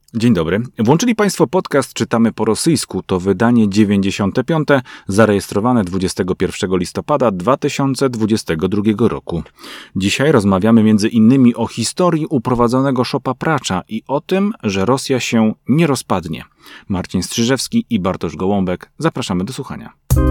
Dzień dobry. Włączyli Państwo podcast Czytamy po rosyjsku. To wydanie 95, zarejestrowane 21 listopada 2022 roku. Dzisiaj rozmawiamy między innymi o historii uprowadzonego szopa pracza i o tym, że Rosja się nie rozpadnie. Marcin Strzyżewski i Bartosz Gołąbek. Zapraszamy do słuchania.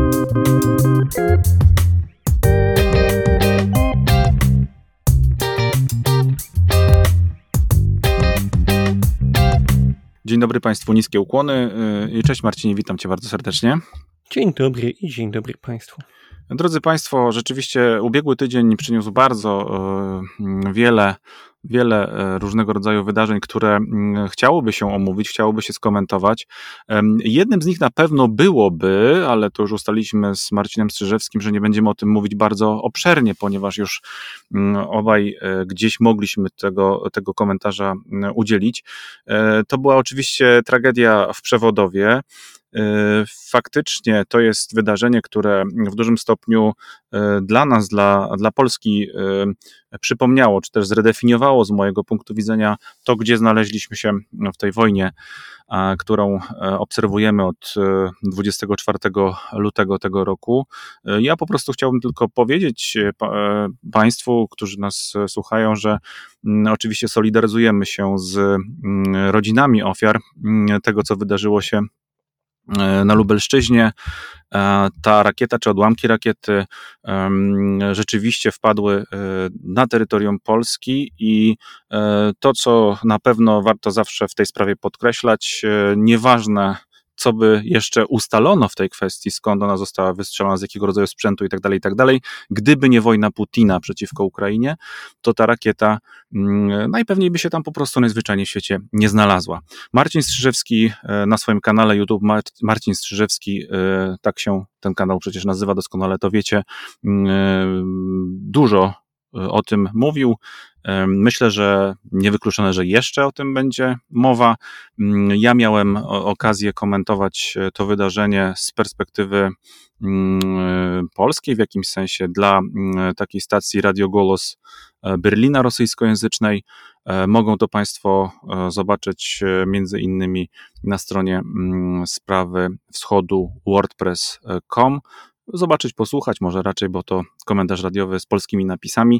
Dzień dobry Państwu, niskie ukłony. Cześć Marcinie, witam Cię bardzo serdecznie. Dzień dobry i dzień dobry Państwu. Drodzy Państwo, rzeczywiście ubiegły tydzień przyniósł bardzo wiele różnego rodzaju wydarzeń, które chciałoby się omówić, chciałoby się skomentować. Jednym z nich na pewno byłoby, ale to już ustaliliśmy z Marcinem Strzyżewskim, że nie będziemy o tym mówić bardzo obszernie, ponieważ już obaj gdzieś mogliśmy tego komentarza udzielić. To była oczywiście tragedia w Przewodowie. Faktycznie to jest wydarzenie, które w dużym stopniu dla nas, dla Polski przypomniało, czy też zredefiniowało z mojego punktu widzenia to, gdzie znaleźliśmy się w tej wojnie, którą obserwujemy od 24 lutego tego roku. Ja po prostu chciałbym tylko powiedzieć Państwu, którzy nas słuchają, że oczywiście solidaryzujemy się z rodzinami ofiar tego, co wydarzyło się na Lubelszczyźnie. Ta rakieta czy odłamki rakiety rzeczywiście wpadły na terytorium Polski i to, co na pewno warto zawsze w tej sprawie podkreślać, nieważne co by jeszcze ustalono w tej kwestii, skąd ona została wystrzelona, z jakiego rodzaju sprzętu i tak dalej, gdyby nie wojna Putina przeciwko Ukrainie, to ta rakieta najpewniej by się tam po prostu najzwyczajniej w świecie nie znalazła. Marcin Strzyżewski na swoim kanale YouTube, Marcin Strzyżewski, tak się ten kanał przecież nazywa, doskonale to wiecie, dużo o tym mówił. Myślę, że niewykluczone, że jeszcze o tym będzie mowa. Ja miałem okazję komentować to wydarzenie z perspektywy polskiej w jakimś sensie dla takiej stacji Radio Golos Berlina rosyjskojęzycznej. Mogą to Państwo zobaczyć między innymi na stronie sprawy wschodu wordpress.com. Zobaczyć, posłuchać, może raczej, bo to komentarz radiowy z polskimi napisami.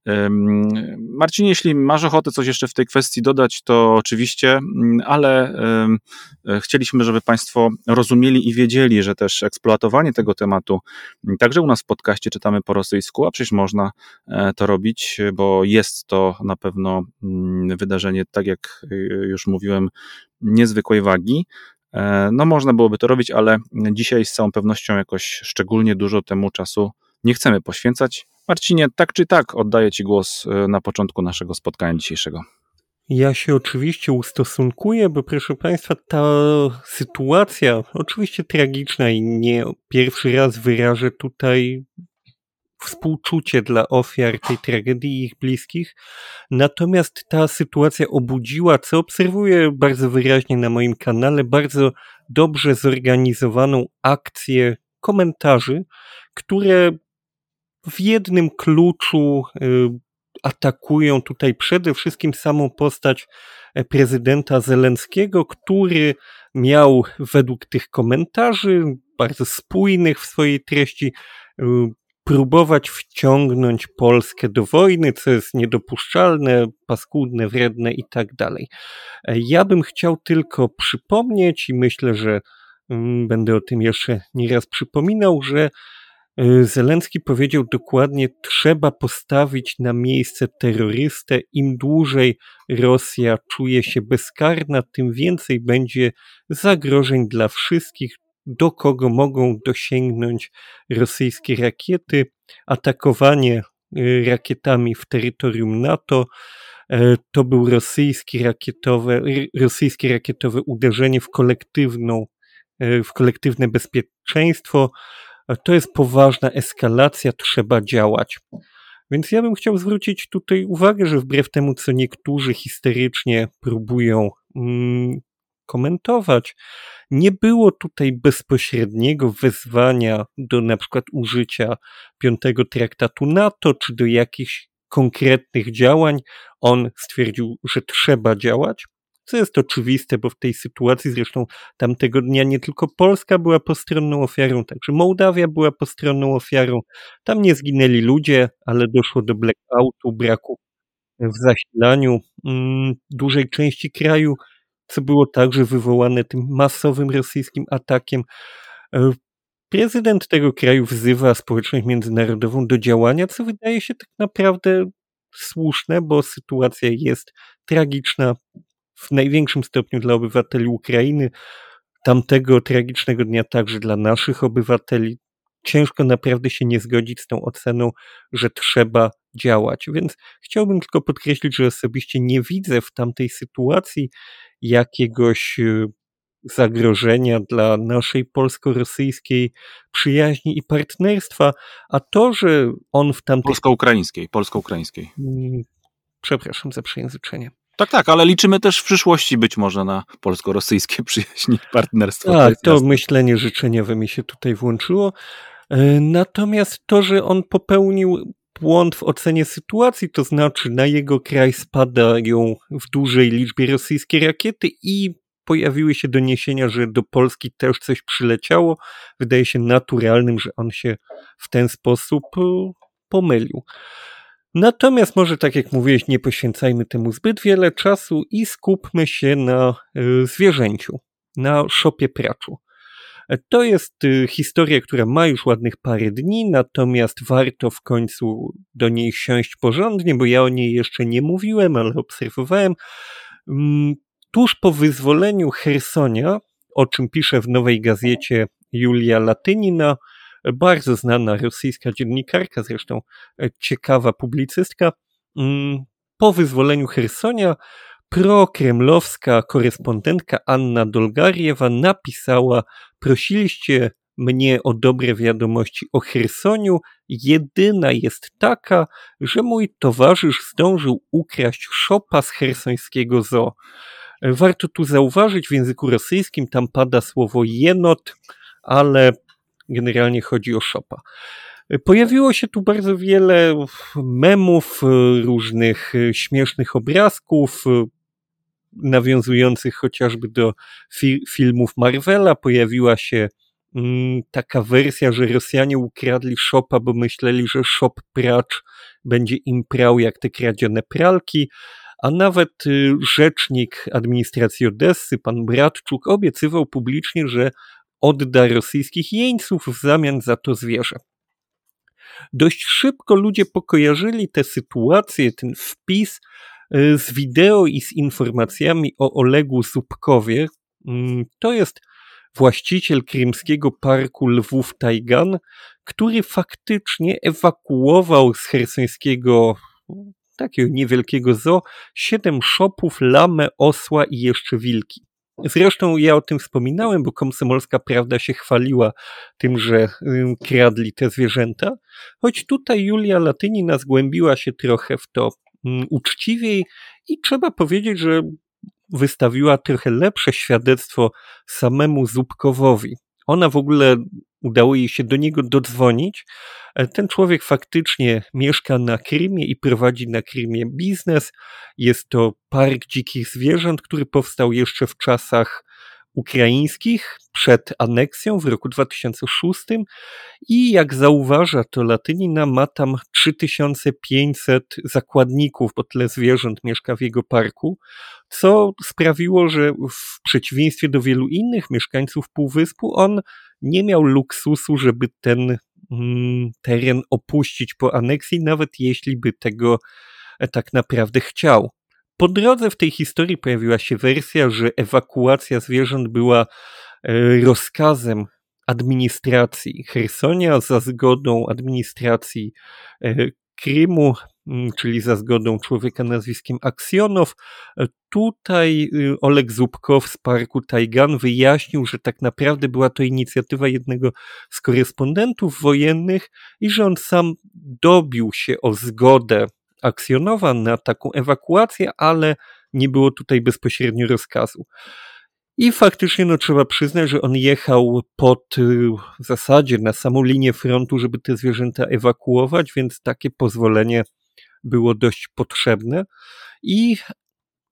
Marcinie, jeśli masz ochotę coś jeszcze w tej kwestii dodać, to oczywiście, ale chcieliśmy, żeby Państwo rozumieli i wiedzieli, że też eksploatowanie tego tematu, także u nas w podcaście Czytamy po rosyjsku, a przecież można to robić, bo jest to na pewno wydarzenie, tak jak już mówiłem, niezwykłej wagi. No można byłoby to robić, ale dzisiaj z całą pewnością jakoś szczególnie dużo temu czasu nie chcemy poświęcać. Marcinie, tak czy tak oddaję Ci głos na początku naszego spotkania dzisiejszego. Ja się oczywiście ustosunkuję, bo proszę Państwa, ta sytuacja oczywiście tragiczna i nie pierwszy raz wyrażę tutaj współczucie dla ofiar tej tragedii i ich bliskich. Natomiast ta sytuacja obudziła, co obserwuję bardzo wyraźnie na moim kanale, bardzo dobrze zorganizowaną akcję komentarzy, które w jednym kluczu atakują tutaj przede wszystkim samą postać prezydenta Zełenskiego, który miał według tych komentarzy, bardzo spójnych w swojej treści, próbować wciągnąć Polskę do wojny, co jest niedopuszczalne, paskudne, wredne i tak dalej. Ja bym chciał tylko przypomnieć i myślę, że będę o tym jeszcze nieraz przypominał, że Zełenski powiedział dokładnie, trzeba postawić na miejsce terrorystę. Im dłużej Rosja czuje się bezkarna, tym więcej będzie zagrożeń dla wszystkich, do kogo mogą dosięgnąć rosyjskie rakiety. Atakowanie rakietami w terytorium NATO to był rosyjskie rakietowe uderzenie w kolektywne bezpieczeństwo. To jest poważna eskalacja, trzeba działać. Więc ja bym chciał zwrócić tutaj uwagę, że wbrew temu, co niektórzy histerycznie próbują komentować, nie było tutaj bezpośredniego wezwania do na przykład użycia 5 traktatu NATO, czy do jakichś konkretnych działań. On stwierdził, że trzeba działać, co jest oczywiste, bo w tej sytuacji zresztą tamtego dnia nie tylko Polska była postronną ofiarą, także Mołdawia była postronną ofiarą. Tam nie zginęli ludzie, ale doszło do blackoutu, braku w zasilaniu dużej części kraju, co było także wywołane tym masowym rosyjskim atakiem. Prezydent tego kraju wzywa społeczność międzynarodową do działania, co wydaje się tak naprawdę słuszne, bo sytuacja jest tragiczna w największym stopniu dla obywateli Ukrainy, tamtego tragicznego dnia także dla naszych obywateli. Ciężko naprawdę się nie zgodzić z tą oceną, że trzeba działać. Więc chciałbym tylko podkreślić, że osobiście nie widzę w tamtej sytuacji jakiegoś zagrożenia dla naszej polsko-rosyjskiej przyjaźni i partnerstwa, a to, że on w tamtej... Polsko-ukraińskiej. Przepraszam za przejęzyczenie. Tak, ale liczymy też w przyszłości być może na polsko-rosyjskie przyjaźni i partnerstwo. Tak, to myślenie życzeniowe mi się tutaj włączyło. Natomiast to, że on popełnił błąd w ocenie sytuacji, to znaczy na jego kraj spadają w dużej liczbie rosyjskie rakiety i pojawiły się doniesienia, że do Polski też coś przyleciało. Wydaje się naturalnym, że on się w ten sposób pomylił. Natomiast może, tak jak mówiłeś, nie poświęcajmy temu zbyt wiele czasu i skupmy się na zwierzęciu, na szopie Praczu. To jest historia, która ma już ładnych parę dni, natomiast warto w końcu do niej siąść porządnie, bo ja o niej jeszcze nie mówiłem, ale obserwowałem. Tuż po wyzwoleniu Chersonia, o czym pisze w Nowej Gazecie Julia Latynina, bardzo znana rosyjska dziennikarka, zresztą ciekawa publicystka, po wyzwoleniu Chersonia prokremlowska korespondentka Anna Dolgariewa napisała: prosiliście mnie o dobre wiadomości o Chersoniu, jedyna jest taka, że mój towarzysz zdążył ukraść szopa z chersońskiego zoo. Warto tu zauważyć, w języku rosyjskim tam pada słowo jenot, ale generalnie chodzi o szopa. Pojawiło się tu bardzo wiele memów, różnych śmiesznych obrazków, nawiązujących chociażby do filmów Marvela. Pojawiła się taka wersja, że Rosjanie ukradli szopa, bo myśleli, że szop pracz będzie im prał jak te kradzione pralki, a nawet rzecznik administracji Odessy, pan Bratczuk, obiecywał publicznie, że odda rosyjskich jeńców w zamian za to zwierzę. Dość szybko ludzie pokojarzyli tę sytuację, ten wpis z wideo i z informacjami o Olegu Zubkowie. To jest właściciel krymskiego parku Lwów Tajgan, który faktycznie ewakuował z chersońskiego takiego niewielkiego zoo 7 szopów, lamę, osła i jeszcze wilki. Zresztą ja o tym wspominałem, bo Komsomolska Prawda się chwaliła tym, że kradli te zwierzęta, choć tutaj Julia Latynina zgłębiła się trochę w to uczciwiej i trzeba powiedzieć, że wystawiła trochę lepsze świadectwo samemu Zubkowowi. Ona w ogóle udało jej się do niego dodzwonić. Ten człowiek faktycznie mieszka na Krymie i prowadzi na Krymie biznes. Jest to park dzikich zwierząt, który powstał jeszcze w czasach ukraińskich, przed aneksją w roku 2006 i jak zauważa to Latynina, ma tam 3500 zakładników, bo tyle zwierząt mieszka w jego parku, co sprawiło, że w przeciwieństwie do wielu innych mieszkańców Półwyspu on nie miał luksusu, żeby ten teren opuścić po aneksji, nawet jeśli by tego tak naprawdę chciał. Po drodze w tej historii pojawiła się wersja, że ewakuacja zwierząt była rozkazem administracji Chersonia za zgodą administracji Krymu, czyli za zgodą człowieka nazwiskiem Aksjonow. Tutaj Oleg Zubkow z parku Tajgan wyjaśnił, że tak naprawdę była to inicjatywa jednego z korespondentów wojennych i że on sam dobił się o zgodę Aksjonowa na taką ewakuację, ale nie było tutaj bezpośrednio rozkazu. I faktycznie trzeba przyznać, że on jechał w zasadzie na samą linię frontu, żeby te zwierzęta ewakuować, więc takie pozwolenie było dość potrzebne. I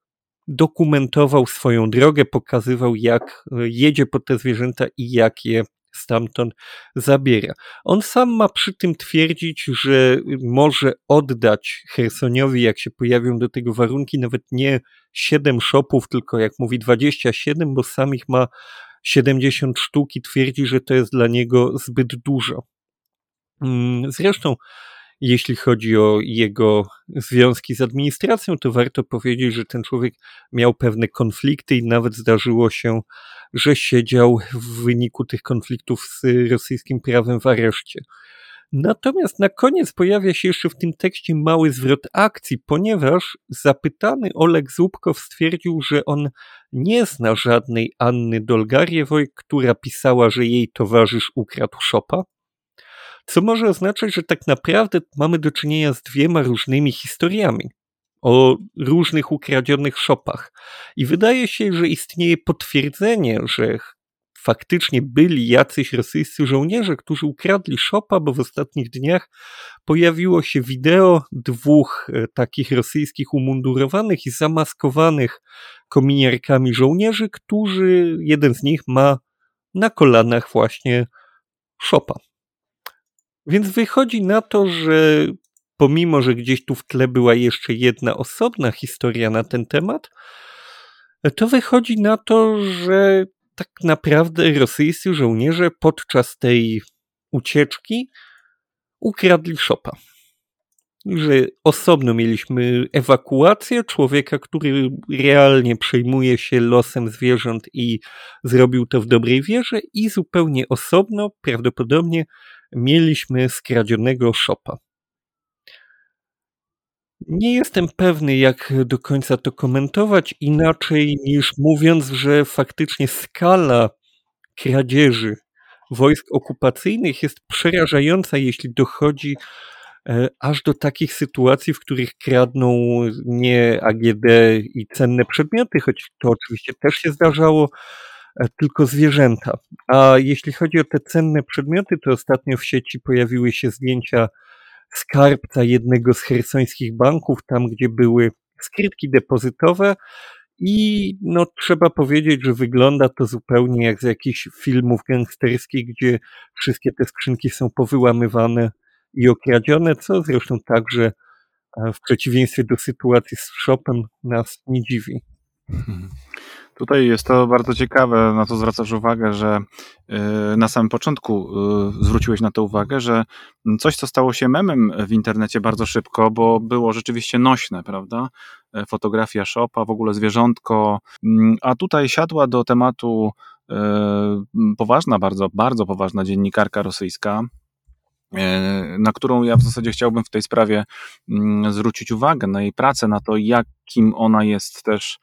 dokumentował swoją drogę, pokazywał, jak jedzie po te zwierzęta i jak je stamtąd zabiera. On sam ma przy tym twierdzić, że może oddać Chersoniowi, jak się pojawią do tego warunki, nawet nie 7 szopów, tylko jak mówi 27, bo sam ich ma 70 sztuk i twierdzi, że to jest dla niego zbyt dużo. Zresztą, jeśli chodzi o jego związki z administracją, to warto powiedzieć, że ten człowiek miał pewne konflikty i nawet zdarzyło się, że siedział w wyniku tych konfliktów z rosyjskim prawem w areszcie. Natomiast na koniec pojawia się jeszcze w tym tekście mały zwrot akcji, ponieważ zapytany Oleg Zubkow stwierdził, że on nie zna żadnej Anny Dolgarjewoj, która pisała, że jej towarzysz ukradł szopa, co może oznaczać, że tak naprawdę mamy do czynienia z 2 różnymi historiami o różnych ukradzionych szopach. I wydaje się, że istnieje potwierdzenie, że faktycznie byli jacyś rosyjscy żołnierze, którzy ukradli szopa, bo w ostatnich dniach pojawiło się wideo 2 takich rosyjskich umundurowanych i zamaskowanych kominiarkami żołnierzy, którzy, jeden z nich ma na kolanach właśnie szopa. Więc wychodzi na to, że pomimo, że gdzieś tu w tle była jeszcze jedna osobna historia na ten temat, to wychodzi na to, że tak naprawdę rosyjscy żołnierze podczas tej ucieczki ukradli szopa. Że osobno mieliśmy ewakuację człowieka, który realnie przejmuje się losem zwierząt i zrobił to w dobrej wierze, i zupełnie osobno, prawdopodobnie, mieliśmy skradzionego szopa. Nie jestem pewny, jak do końca to komentować, inaczej niż mówiąc, że faktycznie skala kradzieży wojsk okupacyjnych jest przerażająca, jeśli dochodzi aż do takich sytuacji, w których kradną nie AGD i cenne przedmioty, choć to oczywiście też się zdarzało, tylko zwierzęta. A jeśli chodzi o te cenne przedmioty, to ostatnio w sieci pojawiły się zdjęcia skarbca jednego z chersońskich banków, tam gdzie były skrytki depozytowe, i no trzeba powiedzieć, że wygląda to zupełnie jak z jakichś filmów gangsterskich, gdzie wszystkie te skrzynki są powyłamywane i okradzione, co zresztą także w przeciwieństwie do sytuacji z Chopem nas nie dziwi. Tutaj jest to bardzo ciekawe, na to zwracasz uwagę, że na samym początku zwróciłeś na to uwagę, że coś, co stało się memem w internecie bardzo szybko, bo było rzeczywiście nośne, prawda? Fotografia Chopa, w ogóle zwierzątko, a tutaj siadła do tematu poważna, bardzo, bardzo poważna dziennikarka rosyjska, na którą ja w zasadzie chciałbym w tej sprawie zwrócić uwagę, na jej pracę, na to, jakim ona jest też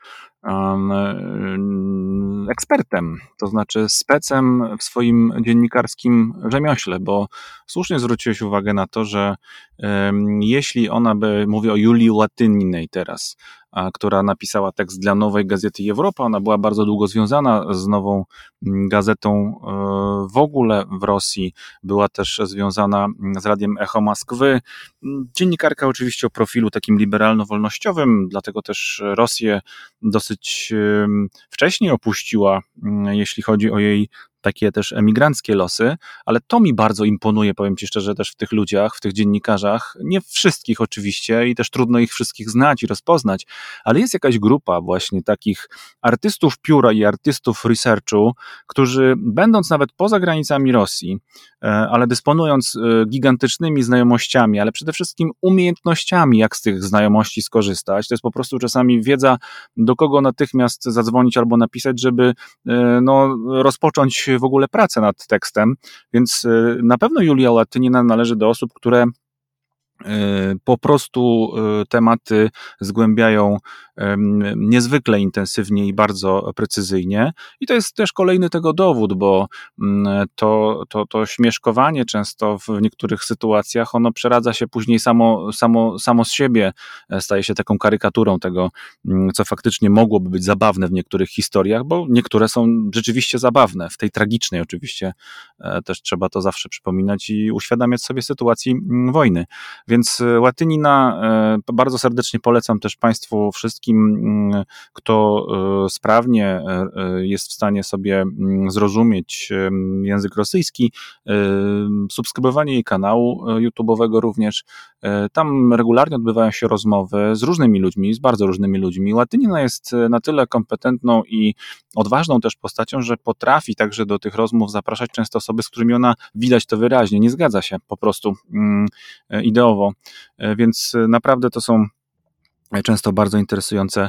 ekspertem, to znaczy specem w swoim dziennikarskim rzemiośle, bo słusznie zwróciłeś uwagę na to, że jeśli ona by, mówię o Julii Latyninej teraz, która napisała tekst dla Nowej Gazety Europa, ona była bardzo długo związana z Nową Gazetą w ogóle w Rosji, była też związana z Radiem Echo Moskwy. Dziennikarka oczywiście o profilu takim liberalno-wolnościowym, dlatego też Rosję dosyć wcześnie opuściła, jeśli chodzi o jej takie też emigranckie losy, ale to mi bardzo imponuje, powiem Ci szczerze, też w tych ludziach, w tych dziennikarzach, nie wszystkich oczywiście i też trudno ich wszystkich znać i rozpoznać, ale jest jakaś grupa właśnie takich artystów pióra i artystów researchu, którzy będąc nawet poza granicami Rosji, ale dysponując gigantycznymi znajomościami, ale przede wszystkim umiejętnościami, jak z tych znajomości skorzystać, to jest po prostu czasami wiedza, do kogo natychmiast zadzwonić albo napisać, żeby rozpocząć w ogóle pracę nad tekstem, więc na pewno Julia Latynina należy do osób, które po prostu tematy zgłębiają niezwykle intensywnie i bardzo precyzyjnie. I to jest też kolejny tego dowód, bo to śmieszkowanie często w niektórych sytuacjach, ono przeradza się później samo z siebie, staje się taką karykaturą tego, co faktycznie mogłoby być zabawne w niektórych historiach, bo niektóre są rzeczywiście zabawne. W tej tragicznej oczywiście też trzeba to zawsze przypominać i uświadamiać sobie sytuacji wojny. Więc Łatynina bardzo serdecznie polecam też Państwu wszystkim, kto sprawnie jest w stanie sobie zrozumieć język rosyjski, subskrybowanie jej kanału YouTube'owego również. Tam regularnie odbywają się rozmowy z różnymi ludźmi, z bardzo różnymi ludźmi. Łatynina jest na tyle kompetentną i odważną też postacią, że potrafi także do tych rozmów zapraszać często osoby, z którymi ona, widać to wyraźnie, nie zgadza się po prostu ideowo. Więc naprawdę to są często bardzo interesujące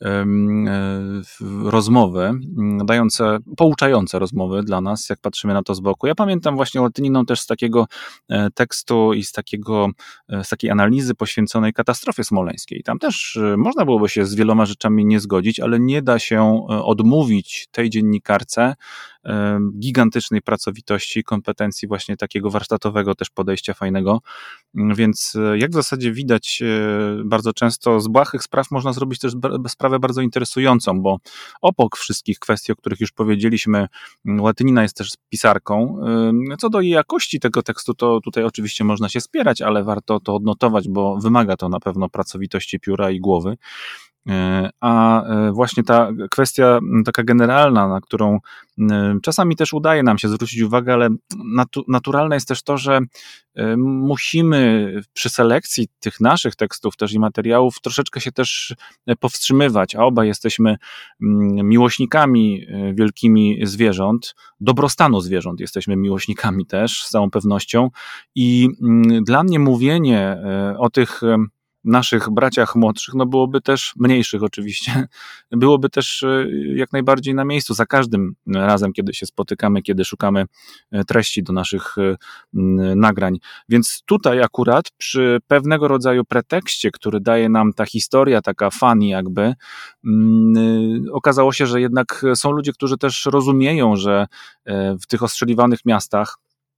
rozmowy, pouczające rozmowy dla nas, jak patrzymy na to z boku. Ja pamiętam właśnie Łatyniną też z takiego tekstu i z takiej analizy poświęconej katastrofie smoleńskiej. Tam też można byłoby się z wieloma rzeczami nie zgodzić, ale nie da się odmówić tej dziennikarce gigantycznej pracowitości, kompetencji właśnie takiego warsztatowego też podejścia fajnego, więc jak w zasadzie widać bardzo często z błahych spraw można zrobić też sprawę bardzo interesującą, bo obok wszystkich kwestii, o których już powiedzieliśmy, Łatynina jest też pisarką. Co do jej jakości tego tekstu, to tutaj oczywiście można się spierać, ale warto to odnotować, bo wymaga to na pewno pracowitości pióra i głowy. A właśnie ta kwestia taka generalna, na którą czasami też udaje nam się zwrócić uwagę, ale naturalne jest też to, że musimy przy selekcji tych naszych tekstów też i materiałów troszeczkę się też powstrzymywać, a obaj jesteśmy miłośnikami wielkimi zwierząt, dobrostanu zwierząt jesteśmy miłośnikami też, z całą pewnością i dla mnie mówienie o tych naszych braciach młodszych, no byłoby też, mniejszych oczywiście, byłoby też jak najbardziej na miejscu za każdym razem, kiedy się spotykamy, kiedy szukamy treści do naszych nagrań. Więc tutaj akurat przy pewnego rodzaju pretekście, który daje nam ta historia, taka funny jakby, okazało się, że jednak są ludzie, którzy też rozumieją, że w tych ostrzeliwanych miastach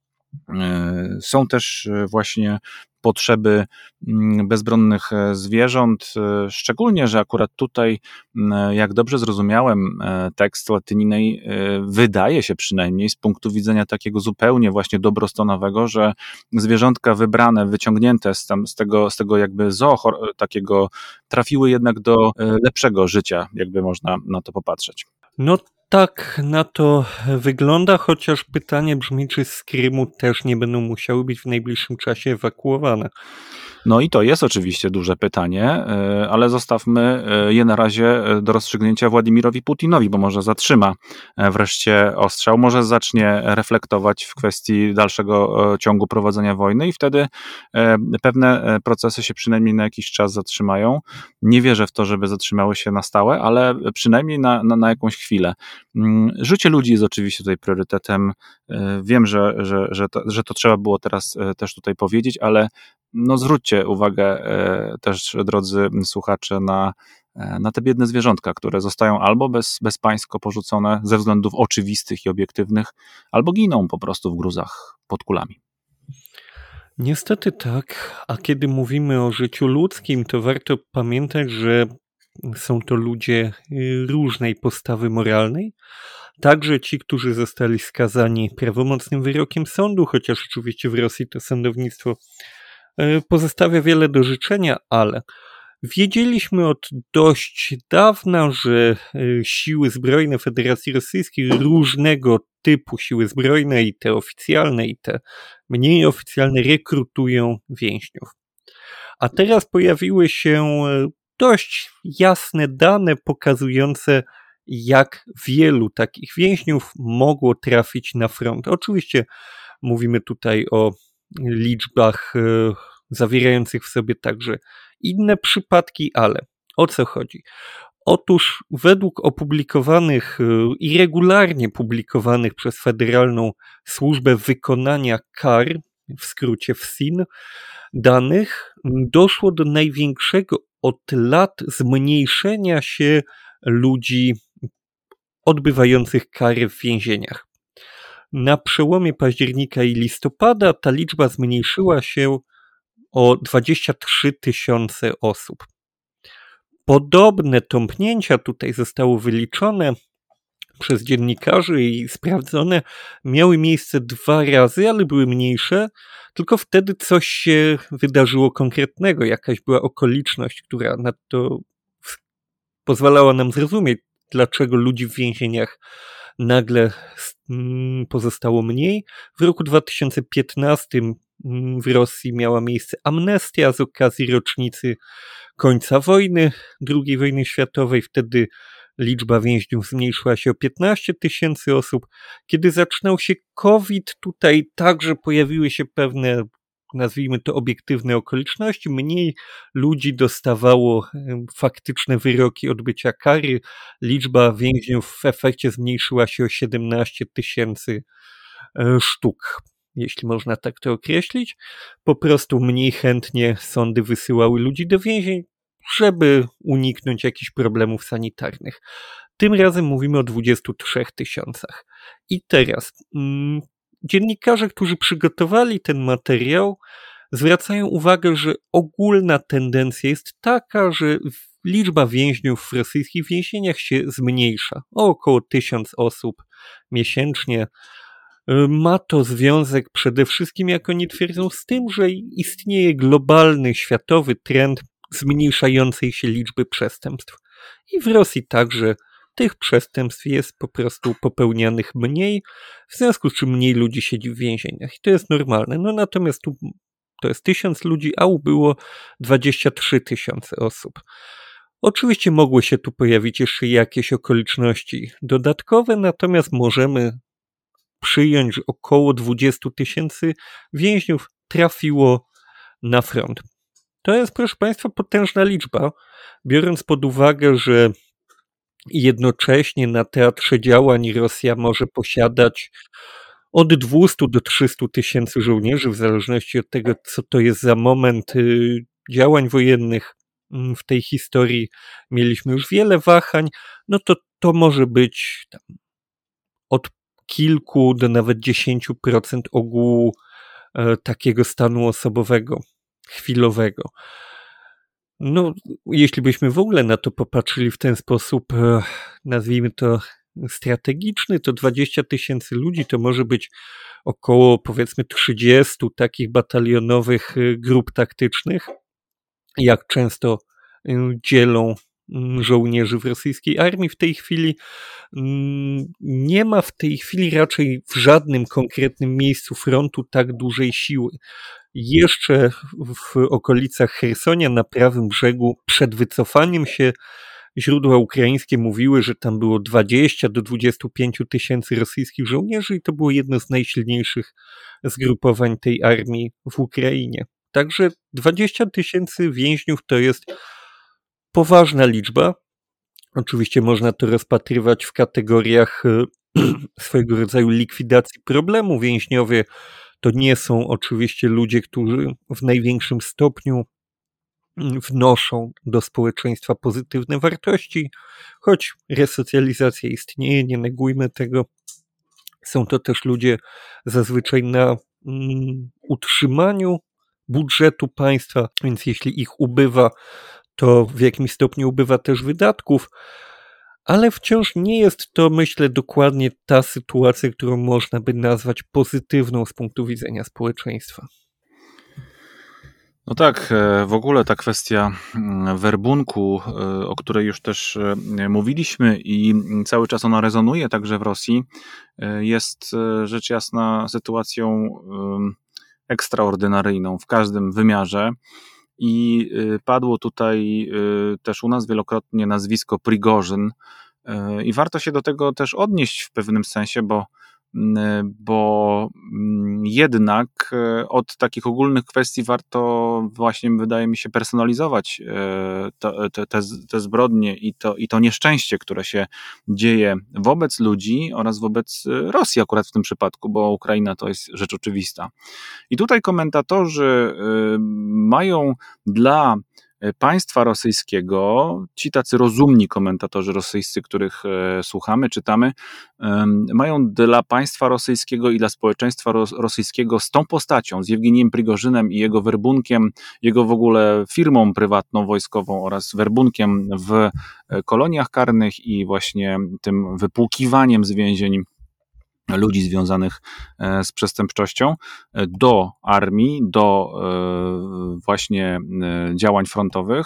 są też właśnie potrzeby bezbronnych zwierząt, szczególnie, że akurat tutaj, jak dobrze zrozumiałem, tekst Łatyninej wydaje się przynajmniej z punktu widzenia takiego zupełnie właśnie dobrostonowego, że zwierzątka wybrane, wyciągnięte z tego jakby zoo takiego trafiły jednak do lepszego życia, jakby można na to popatrzeć. No tak na to wygląda, chociaż pytanie brzmi, czy z Krymu też nie będą musiały być w najbliższym czasie ewakuowane. No i to jest oczywiście duże pytanie, ale zostawmy je na razie do rozstrzygnięcia Władimirowi Putinowi, bo może zatrzyma wreszcie ostrzał, może zacznie reflektować w kwestii dalszego ciągu prowadzenia wojny i wtedy pewne procesy się przynajmniej na jakiś czas zatrzymają. Nie wierzę w to, żeby zatrzymały się na stałe, ale przynajmniej na jakąś chwilę. Życie ludzi jest oczywiście tutaj priorytetem. Wiem, że to trzeba było teraz też tutaj powiedzieć, ale no zwróćcie uwagę też, drodzy słuchacze, na te biedne zwierzątka, które zostają albo bezpańsko porzucone ze względów oczywistych i obiektywnych, albo giną po prostu w gruzach pod kulami. Niestety tak, a kiedy mówimy o życiu ludzkim, to warto pamiętać, że są to ludzie różnej postawy moralnej. Także ci, którzy zostali skazani prawomocnym wyrokiem sądu, chociaż oczywiście w Rosji to sądownictwo pozostawia wiele do życzenia, ale wiedzieliśmy od dość dawna, że siły zbrojne Federacji Rosyjskiej, różnego typu siły zbrojne, i te oficjalne, i te mniej oficjalne, rekrutują więźniów. A teraz pojawiły się dość jasne dane pokazujące, jak wielu takich więźniów mogło trafić na front. Oczywiście mówimy tutaj o liczbach zawierających w sobie także inne przypadki, ale o co chodzi? Otóż według opublikowanych i regularnie publikowanych przez Federalną Służbę Wykonania Kar, w skrócie FSIN, danych, doszło do największego od lat zmniejszenia się ludzi odbywających kary w więzieniach. Na przełomie października i listopada ta liczba zmniejszyła się o 23 000 osób. Podobne tąpnięcia tutaj zostały wyliczone przez dziennikarzy i sprawdzone, miały miejsce 2 razy, ale były mniejsze, tylko wtedy coś się wydarzyło konkretnego, jakaś była okoliczność, która na to pozwalała nam zrozumieć, dlaczego ludzi w więzieniach nagle pozostało mniej. W roku 2015 w Rosji miała miejsce amnestia z okazji rocznicy końca wojny, II wojny światowej. Wtedy liczba więźniów zmniejszyła się o 15 000 osób. Kiedy zaczynał się COVID, tutaj także pojawiły się pewne, nazwijmy to, obiektywne okoliczności. Mniej ludzi dostawało faktyczne wyroki odbycia kary. Liczba więźniów w efekcie zmniejszyła się o 17 000 sztuk, jeśli można tak to określić. Po prostu mniej chętnie sądy wysyłały ludzi do więzień, żeby uniknąć jakichś problemów sanitarnych. Tym razem mówimy o 23 000. I teraz dziennikarze, którzy przygotowali ten materiał, zwracają uwagę, że ogólna tendencja jest taka, że liczba więźniów w rosyjskich więzieniach się zmniejsza o około 1000 osób miesięcznie. Ma to związek przede wszystkim, jak oni twierdzą, z tym, że istnieje globalny, światowy trend zmniejszającej się liczby przestępstw. I w Rosji także tych przestępstw jest po prostu popełnianych mniej, w związku z czym mniej ludzi siedzi w więzieniach. I to jest normalne. No natomiast tu to jest 1000 ludzi, a ubyło 23 000 osób. Oczywiście mogły się tu pojawić jeszcze jakieś okoliczności dodatkowe, natomiast możemy przyjąć, że około 20 000 więźniów trafiło na front. To jest, proszę Państwa, potężna liczba, biorąc pod uwagę, że jednocześnie na teatrze działań Rosja może posiadać od 200 do 300 000 żołnierzy, w zależności od tego, co to jest za moment działań wojennych. W tej historii mieliśmy już wiele wahań, no to może być od kilku do nawet 10% ogółu takiego stanu osobowego, chwilowego. No, jeśli byśmy w ogóle na to popatrzyli w ten sposób, nazwijmy to strategiczny, to 20 000 ludzi to może być około, powiedzmy, 30 takich batalionowych grup taktycznych, jak często dzielą żołnierzy w rosyjskiej armii w tej chwili. Nie ma w tej chwili raczej w żadnym konkretnym miejscu frontu tak dużej siły. Jeszcze w okolicach Chersonia na prawym brzegu przed wycofaniem się źródła ukraińskie mówiły, że tam było 20 do 25 000 rosyjskich żołnierzy i to było jedno z najsilniejszych zgrupowań tej armii w Ukrainie. Także 20 000 więźniów to jest poważna liczba. Oczywiście można to rozpatrywać w kategoriach swojego rodzaju likwidacji problemu. Więźniowie to nie są oczywiście ludzie, którzy w największym stopniu wnoszą do społeczeństwa pozytywne wartości, choć resocjalizacja istnieje, nie negujmy tego. Są to też ludzie zazwyczaj na utrzymaniu budżetu państwa, więc jeśli ich ubywa, to w jakimś stopniu ubywa też wydatków, ale wciąż nie jest to, myślę, dokładnie ta sytuacja, którą można by nazwać pozytywną z punktu widzenia społeczeństwa. No tak, w ogóle ta kwestia werbunku, o której już też mówiliśmy i cały czas ona rezonuje także w Rosji, jest rzecz jasna sytuacją ekstraordynaryjną w każdym wymiarze. I padło tutaj też u nas wielokrotnie nazwisko Prigorzyn i warto się do tego też odnieść w pewnym sensie, bo jednak od takich ogólnych kwestii warto właśnie, wydaje mi się, personalizować te zbrodnie i to nieszczęście, które się dzieje wobec ludzi oraz wobec Rosji akurat w tym przypadku, bo Ukraina to jest rzecz oczywista. I tutaj komentatorzy mają dla państwa rosyjskiego, ci tacy rozumni komentatorzy rosyjscy, których słuchamy, czytamy, mają dla państwa rosyjskiego i dla społeczeństwa rosyjskiego z tą postacią, z Jewgenijem Prigorzynem i jego werbunkiem, jego w ogóle firmą prywatną, wojskową oraz werbunkiem w koloniach karnych i właśnie tym wypłukiwaniem z więzień ludzi związanych z przestępczością do armii, do właśnie działań frontowych.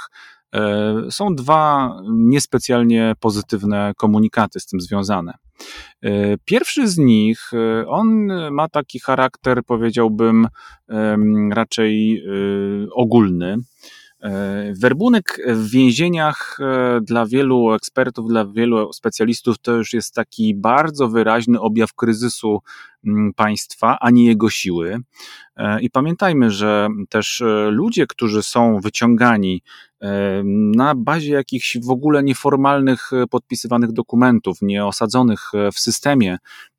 Są dwa niespecjalnie pozytywne komunikaty z tym związane. Pierwszy z nich, on ma taki charakter, powiedziałbym, raczej ogólny. Werbunek w więzieniach dla wielu ekspertów, dla wielu specjalistów to już jest taki bardzo wyraźny objaw kryzysu państwa, a nie jego siły. I pamiętajmy, że też ludzie, którzy są wyciągani na bazie jakichś w ogóle nieformalnych podpisywanych dokumentów, nie osadzonych w systemie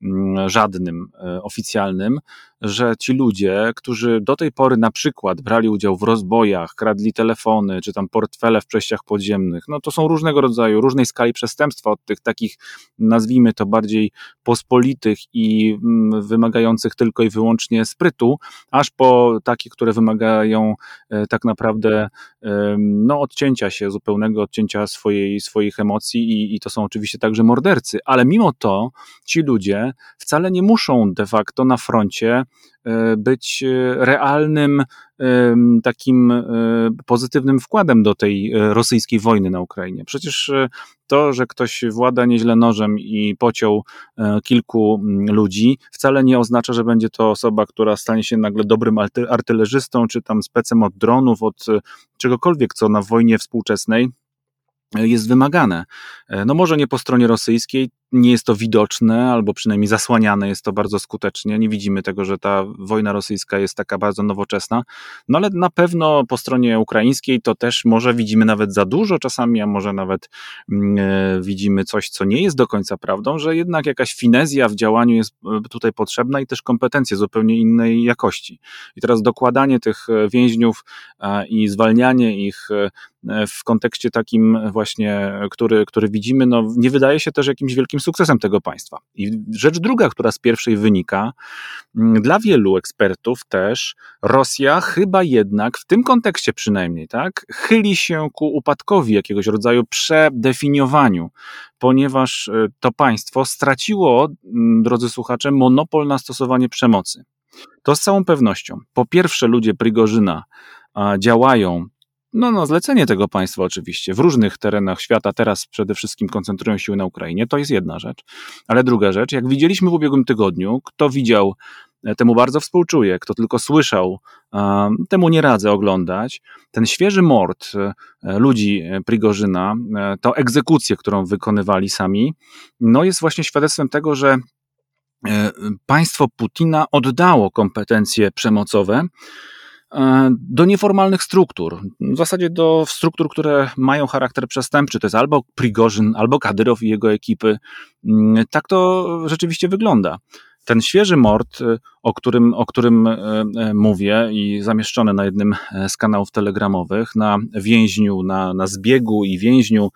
żadnym oficjalnym, że ci ludzie, którzy do tej pory na przykład brali udział w rozbojach, kradli telefony, czy tam portfele w przejściach podziemnych, no to są różnego rodzaju, różnej skali przestępstwa, od tych takich, nazwijmy to bardziej pospolitych i wymagających tylko i wyłącznie sprytu, aż po takie, które wymagają tak naprawdę odcięcia się, zupełnego odcięcia swoich emocji i to są oczywiście także mordercy, ale mimo to ci ludzie wcale nie muszą de facto na froncie być realnym takim pozytywnym wkładem do tej rosyjskiej wojny na Ukrainie. Przecież to, że ktoś włada nieźle nożem i pociął kilku ludzi, wcale nie oznacza, że będzie to osoba, która stanie się nagle dobrym artylerzystą, czy tam specem od dronów, od czegokolwiek, co na wojnie współczesnej jest wymagane. No może nie po stronie rosyjskiej, nie jest to widoczne, albo przynajmniej zasłaniane jest to bardzo skutecznie. Nie widzimy tego, że ta wojna rosyjska jest taka bardzo nowoczesna, no ale na pewno po stronie ukraińskiej to też może widzimy nawet za dużo czasami, a może nawet widzimy coś, co nie jest do końca prawdą, że jednak jakaś finezja w działaniu jest tutaj potrzebna i też kompetencje zupełnie innej jakości. I teraz dokładanie tych więźniów i zwalnianie ich w kontekście takim właśnie, który widzimy, no nie wydaje się też jakimś wielkim sukcesem tego państwa. I rzecz druga, która z pierwszej wynika, dla wielu ekspertów też Rosja chyba jednak w tym kontekście przynajmniej, tak, chyli się ku upadkowi, jakiegoś rodzaju przedefiniowaniu, ponieważ to państwo straciło, drodzy słuchacze, monopol na stosowanie przemocy. To z całą pewnością. Po pierwsze, ludzie Prigorzyna działają na zlecenie tego państwa oczywiście, w różnych terenach świata, teraz przede wszystkim koncentrują siły na Ukrainie, to jest jedna rzecz. Ale druga rzecz, jak widzieliśmy w ubiegłym tygodniu, kto widział, temu bardzo współczuję, kto tylko słyszał, temu nie radzę oglądać, ten świeży mord ludzi Prigorzyna, to egzekucję, którą wykonywali sami, no jest właśnie świadectwem tego, że państwo Putina oddało kompetencje przemocowe do nieformalnych struktur, w zasadzie do struktur, które mają charakter przestępczy, to jest albo Prigorzyn, albo Kadyrow i jego ekipy. Tak to rzeczywiście wygląda. Ten świeży mord, o którym mówię i zamieszczony na jednym z kanałów telegramowych, na więźniu, na zbiegu i więźniu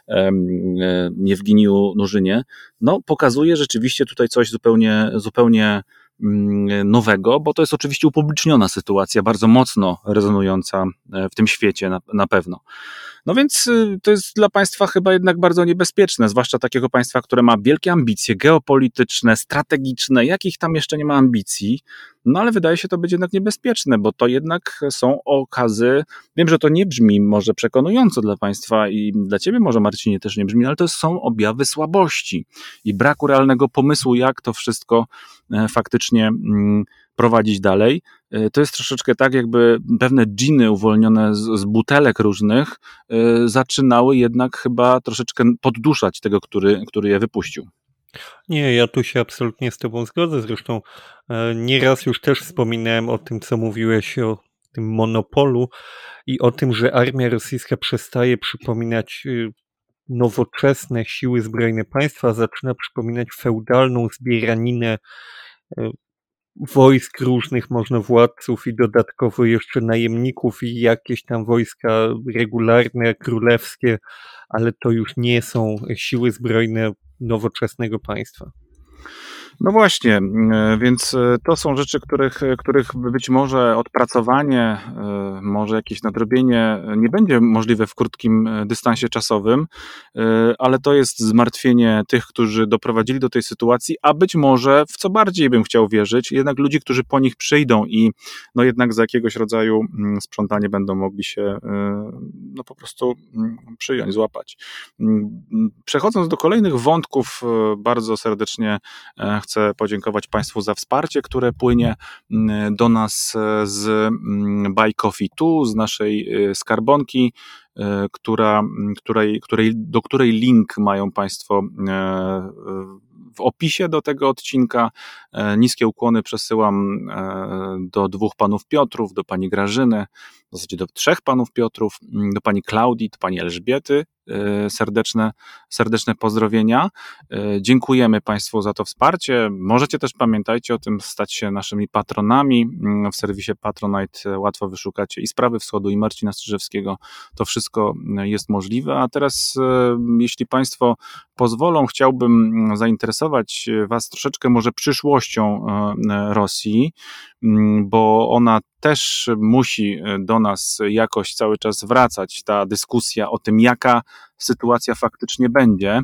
Jewgeniju Nurzynie, no pokazuje rzeczywiście tutaj coś zupełnie nowego, bo to jest oczywiście upubliczniona sytuacja, bardzo mocno rezonująca w tym świecie na pewno. No więc to jest dla państwa chyba jednak bardzo niebezpieczne, zwłaszcza takiego państwa, które ma wielkie ambicje geopolityczne, strategiczne, jakich tam jeszcze nie ma ambicji, no ale wydaje się to być jednak niebezpieczne, bo to jednak są okazy, wiem, że to nie brzmi może przekonująco dla państwa i dla ciebie może, Marcinie, też nie brzmi, ale to są objawy słabości i braku realnego pomysłu, jak to wszystko faktycznie prowadzić dalej. To jest troszeczkę tak, jakby pewne dżiny uwolnione z butelek różnych zaczynały jednak chyba troszeczkę podduszać tego, który je wypuścił. Nie, ja tu się absolutnie z tobą zgodzę. Zresztą nieraz już też wspominałem o tym, co mówiłeś o tym monopolu i o tym, że armia rosyjska przestaje przypominać nowoczesne siły zbrojne państwa, zaczyna przypominać feudalną zbieraninę wojsk różnych możnowładców i dodatkowo jeszcze najemników i jakieś tam wojska regularne, królewskie, ale to już nie są siły zbrojne nowoczesnego państwa. No właśnie, więc to są rzeczy, których być może odpracowanie, może jakieś nadrobienie nie będzie możliwe w krótkim dystansie czasowym, ale to jest zmartwienie tych, którzy doprowadzili do tej sytuacji, a być może, w co bardziej bym chciał wierzyć, jednak ludzi, którzy po nich przyjdą i no jednak za jakiegoś rodzaju sprzątanie będą mogli się no po prostu przyjąć, złapać. Przechodząc do kolejnych wątków, bardzo serdecznie chcę podziękować Państwu za wsparcie, które płynie do nas z Buy Coffee Tu, z naszej skarbonki, do której link mają Państwo w opisie do tego odcinka. Niskie ukłony przesyłam do 2 panów Piotrów, do pani Grażyny, w zasadzie do 3 panów Piotrów, do pani Klaudii, do pani Elżbiety. Serdeczne pozdrowienia. Dziękujemy Państwu za to wsparcie. Możecie też, pamiętajcie o tym, stać się naszymi patronami. W serwisie Patronite łatwo wyszukać i Sprawy Wschodu, i Marcina Strzyżewskiego. To wszystko jest możliwe. A teraz, jeśli Państwo pozwolą, chciałbym zainteresować Was troszeczkę może przyszłością Rosji, bo ona też musi do nas jakoś cały czas wracać, ta dyskusja o tym, jaka sytuacja faktycznie będzie.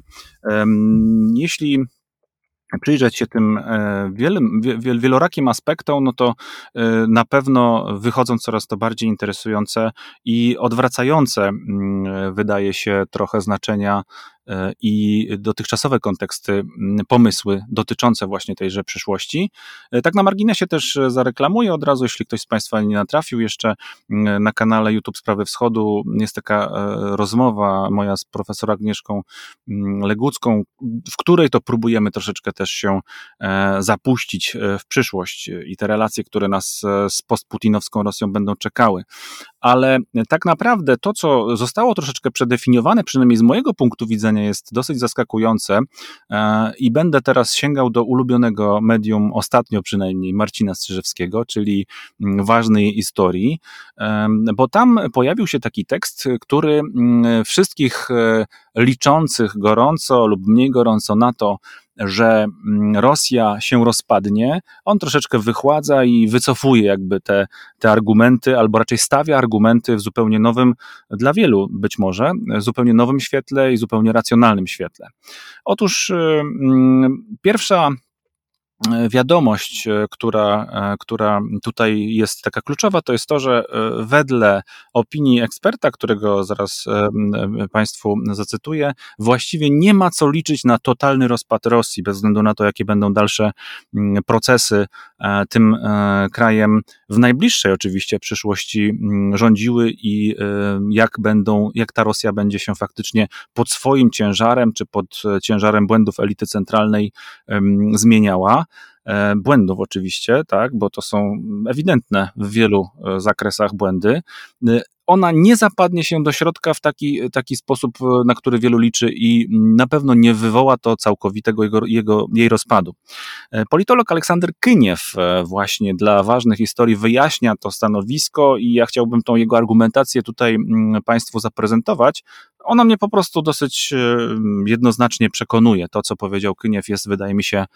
Jeśli przyjrzeć się tym wielorakim aspektom, no to na pewno wychodzą coraz to bardziej interesujące i odwracające, wydaje się, trochę znaczenia i dotychczasowe konteksty, pomysły dotyczące właśnie tejże przyszłości. Tak na marginesie też zareklamuję od razu, jeśli ktoś z Państwa nie natrafił jeszcze, na kanale YouTube Sprawy Wschodu jest taka rozmowa moja z profesor Agnieszką Legucką, w której to próbujemy troszeczkę też się zapuścić w przyszłość i te relacje, które nas z postputinowską Rosją będą czekały. Ale tak naprawdę to, co zostało troszeczkę przedefiniowane, przynajmniej z mojego punktu widzenia, jest dosyć zaskakujące i będę teraz sięgał do ulubionego medium, ostatnio przynajmniej, Marcina Strzyżewskiego, czyli Ważnej Historii, bo tam pojawił się taki tekst, który wszystkich liczących gorąco lub mniej gorąco na to, że Rosja się rozpadnie, on troszeczkę wychładza i wycofuje jakby te argumenty, albo raczej stawia argumenty w zupełnie nowym, dla wielu być może, zupełnie nowym świetle i zupełnie racjonalnym świetle. Otóż pierwsza wiadomość, która tutaj jest taka kluczowa, to jest to, że wedle opinii eksperta, którego zaraz Państwu zacytuję, właściwie nie ma co liczyć na totalny rozpad Rosji, bez względu na to, jakie będą dalsze procesy tym krajem w najbliższej oczywiście przyszłości rządziły i jak ta Rosja będzie się faktycznie pod swoim ciężarem, czy pod ciężarem błędów elity centralnej zmieniała. Błędów oczywiście, tak, bo to są ewidentne w wielu zakresach błędy. Ona nie zapadnie się do środka w taki sposób, na który wielu liczy i na pewno nie wywoła to całkowitego jej rozpadu. Politolog Aleksander Kyniew właśnie dla Ważnych Historii wyjaśnia to stanowisko i ja chciałbym tą jego argumentację tutaj Państwu zaprezentować. Ona mnie po prostu dosyć jednoznacznie przekonuje. To, co powiedział Kyniew, jest, wydaje mi się,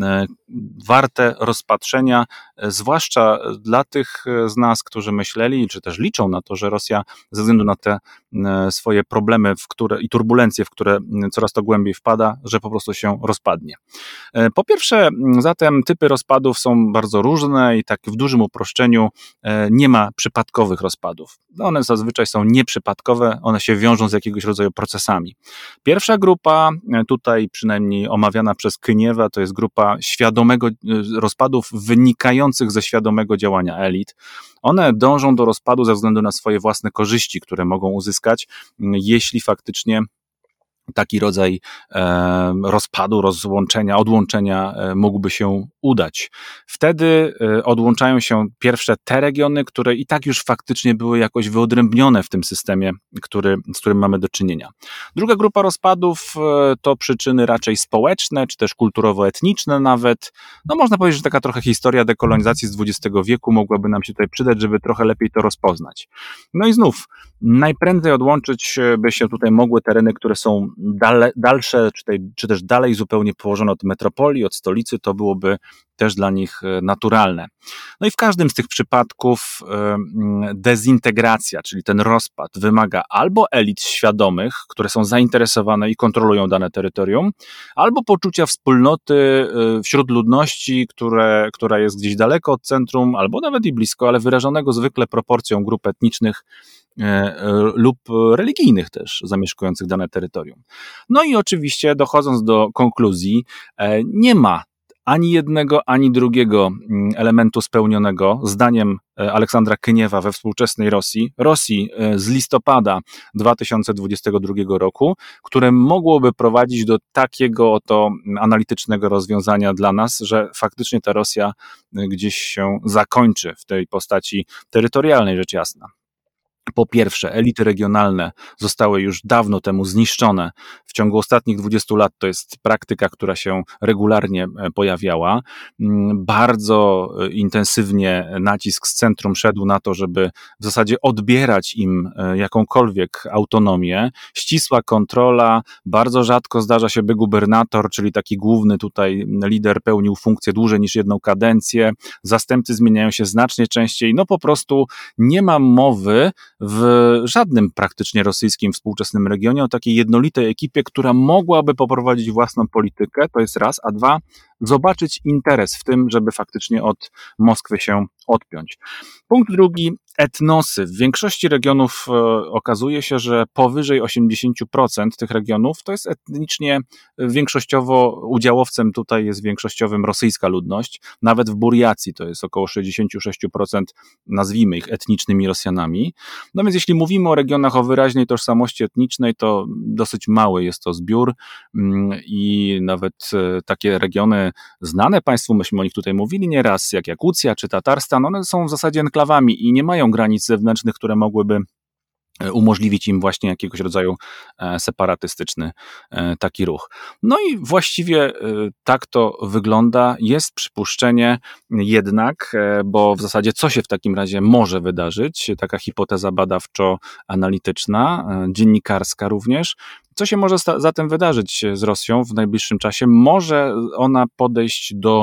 warte rozpatrzenia, zwłaszcza dla tych z nas, którzy myśleli, czy też liczą na to, że Rosja ze względu na te swoje problemy i turbulencje, w które coraz to głębiej wpada, że po prostu się rozpadnie. Po pierwsze, zatem typy rozpadów są bardzo różne i tak w dużym uproszczeniu nie ma przypadkowych rozpadów. One zazwyczaj są nieprzypadkowe, one się wiążą z jakiegoś rodzaju procesami. Pierwsza grupa, tutaj przynajmniej omawiana przez Kyniewa, to jest grupa rozpadów wynikających ze świadomego działania elit. One dążą do rozpadu ze względu na swoje własne korzyści, które mogą uzyskać, jeśli faktycznie taki rodzaj rozpadu, odłączenia mógłby się udać. Wtedy odłączają się pierwsze te regiony, które i tak już faktycznie były jakoś wyodrębnione w tym systemie, z którym mamy do czynienia. Druga grupa rozpadów to przyczyny raczej społeczne, czy też kulturowo-etniczne nawet. No można powiedzieć, że taka trochę historia dekolonizacji z XX wieku mogłaby nam się tutaj przydać, żeby trochę lepiej to rozpoznać. No i znów, najprędzej odłączyć by się tutaj mogły tereny, które są dalsze, czy też dalej zupełnie położone od metropolii, od stolicy, to byłoby też dla nich naturalne. No i w każdym z tych przypadków dezintegracja, czyli ten rozpad, wymaga albo elit świadomych, które są zainteresowane i kontrolują dane terytorium, albo poczucia wspólnoty wśród ludności, która jest gdzieś daleko od centrum, albo nawet i blisko, ale wyrażonego zwykle proporcją grup etnicznych lub religijnych też zamieszkujących dane terytorium. No i oczywiście, dochodząc do konkluzji, nie ma ani jednego, ani drugiego elementu spełnionego, zdaniem Aleksandra Kyniewa, we współczesnej Rosji z listopada 2022 roku, które mogłoby prowadzić do takiego oto analitycznego rozwiązania dla nas, że faktycznie ta Rosja gdzieś się zakończy w tej postaci terytorialnej, rzecz jasna. Po pierwsze, elity regionalne zostały już dawno temu zniszczone. W ciągu ostatnich 20 lat to jest praktyka, która się regularnie pojawiała. Bardzo intensywnie nacisk z centrum szedł na to, żeby w zasadzie odbierać im jakąkolwiek autonomię. Ścisła kontrola, bardzo rzadko zdarza się, by gubernator, czyli taki główny tutaj lider, pełnił funkcję dłużej niż jedną kadencję. Zastępcy zmieniają się znacznie częściej. No po prostu nie ma mowy w żadnym praktycznie rosyjskim współczesnym regionie o takiej jednolitej ekipie, która mogłaby poprowadzić własną politykę, to jest raz, a dwa, zobaczyć interes w tym, żeby faktycznie od Moskwy się odpiąć. Punkt drugi, etnosy. W większości regionów okazuje się, że powyżej 80% tych regionów to jest etnicznie większościowo, udziałowcem tutaj jest większościowym rosyjska ludność. Nawet w Burjacji to jest około 66%, nazwijmy ich etnicznymi Rosjanami. No więc jeśli mówimy o regionach o wyraźnej tożsamości etnicznej, to dosyć mały jest to zbiór i nawet takie regiony znane Państwu, myśmy o nich tutaj mówili nieraz, jak Jakucja czy Tatarstan, one są w zasadzie enklawami i nie mają granic zewnętrznych, które mogłyby umożliwić im właśnie jakiegoś rodzaju separatystyczny taki ruch. No i właściwie tak to wygląda. Jest przypuszczenie jednak, bo w zasadzie co się w takim razie może wydarzyć, taka hipoteza badawczo-analityczna, dziennikarska również, co się może zatem wydarzyć z Rosją w najbliższym czasie? Może ona podejść do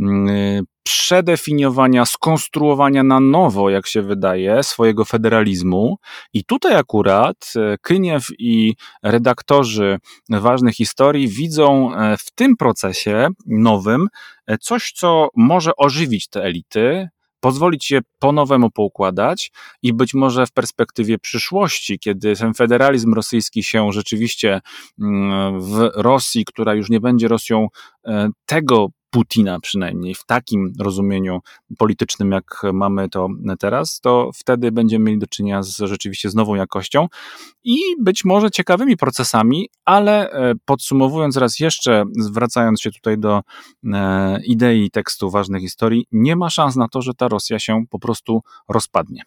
przedefiniowania, skonstruowania na nowo, jak się wydaje, swojego federalizmu. I tutaj akurat Kyniew i redaktorzy ważnych historii widzą w tym procesie nowym coś, co może ożywić te elity, pozwolić je po nowemu poukładać i być może w perspektywie przyszłości, kiedy ten federalizm rosyjski się rzeczywiście w Rosji, która już nie będzie Rosją tego Putina przynajmniej w takim rozumieniu politycznym, jak mamy to teraz, to wtedy będziemy mieli do czynienia rzeczywiście z nową jakością i być może ciekawymi procesami, ale podsumowując raz jeszcze, zwracając się tutaj do idei tekstu ważnych historii, nie ma szans na to, że ta Rosja się po prostu rozpadnie.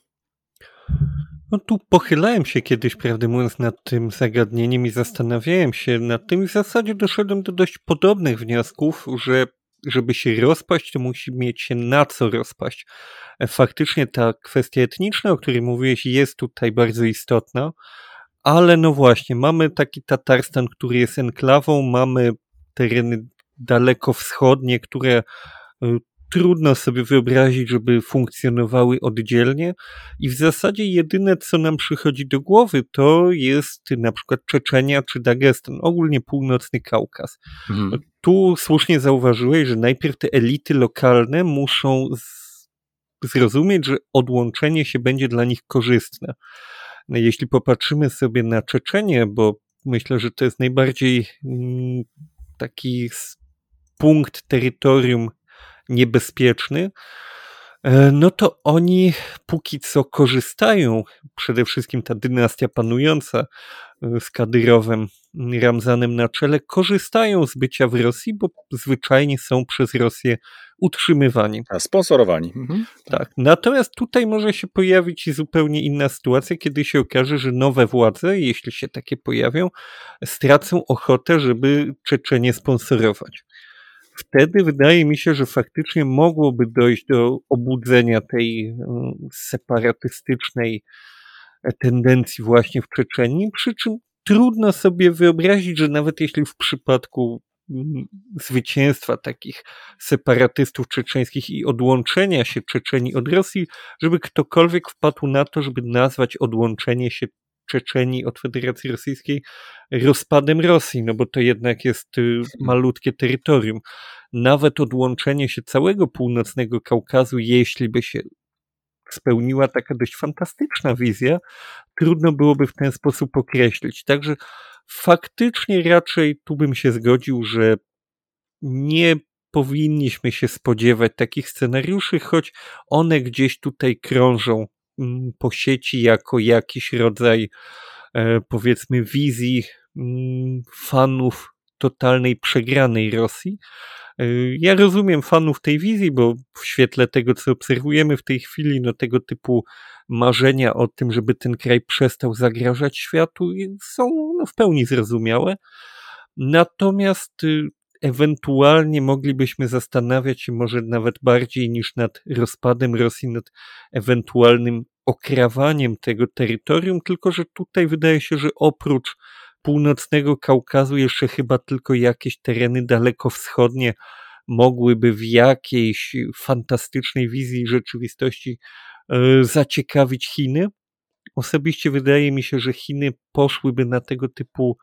No tu pochylałem się kiedyś, prawdę mówiąc, nad tym zagadnieniem i zastanawiałem się nad tym i w zasadzie doszedłem do dość podobnych wniosków, że żeby się rozpaść, to musi mieć się na co rozpaść. Faktycznie ta kwestia etniczna, o której mówiłeś, jest tutaj bardzo istotna, ale no właśnie, mamy taki Tatarstan, który jest enklawą, mamy tereny dalekowschodnie, które trudno sobie wyobrazić, żeby funkcjonowały oddzielnie i w zasadzie jedyne, co nam przychodzi do głowy, to jest na przykład Czeczenia czy Dagestan, ogólnie północny Kaukaz. Tu słusznie zauważyłeś, że najpierw te elity lokalne muszą zrozumieć, że odłączenie się będzie dla nich korzystne. No, jeśli popatrzymy sobie na Czeczenię, bo myślę, że to jest najbardziej taki punkt terytorium niebezpieczny, no to oni póki co korzystają, przede wszystkim ta dynastia panująca z Kadyrowem, Ramzanem na czele, korzystają z bycia w Rosji, bo zwyczajnie są przez Rosję utrzymywani. A sponsorowani. Mhm. Tak. Natomiast tutaj może się pojawić zupełnie inna sytuacja, kiedy się okaże, że nowe władze, jeśli się takie pojawią, stracą ochotę, żeby Czeczenię sponsorować. Wtedy wydaje mi się, że faktycznie mogłoby dojść do obudzenia tej separatystycznej tendencji właśnie w Czeczenii, przy czym trudno sobie wyobrazić, że nawet jeśli w przypadku zwycięstwa takich separatystów czeczeńskich i odłączenia się Czeczenii od Rosji, żeby ktokolwiek wpadł na to, żeby nazwać odłączenie się Czeczenii od Federacji Rosyjskiej rozpadem Rosji, no bo to jednak jest malutkie terytorium. Nawet odłączenie się całego północnego Kaukazu, jeśli by się spełniła taka dość fantastyczna wizja, trudno byłoby w ten sposób określić. Także faktycznie raczej tu bym się zgodził, że nie powinniśmy się spodziewać takich scenariuszy, choć one gdzieś tutaj krążą po sieci jako jakiś rodzaj powiedzmy wizji fanów totalnej przegranej Rosji. Ja rozumiem fanów tej wizji, bo w świetle tego, co obserwujemy w tej chwili, no tego typu marzenia o tym, żeby ten kraj przestał zagrażać światu, są w pełni zrozumiałe. Natomiast ewentualnie moglibyśmy zastanawiać się może nawet bardziej niż nad rozpadem Rosji, nad ewentualnym okrawaniem tego terytorium, tylko że tutaj wydaje się, że oprócz północnego Kaukazu jeszcze chyba tylko jakieś tereny dalekowschodnie mogłyby w jakiejś fantastycznej wizji rzeczywistości zaciekawić Chiny. Osobiście wydaje mi się, że Chiny poszłyby na tego typu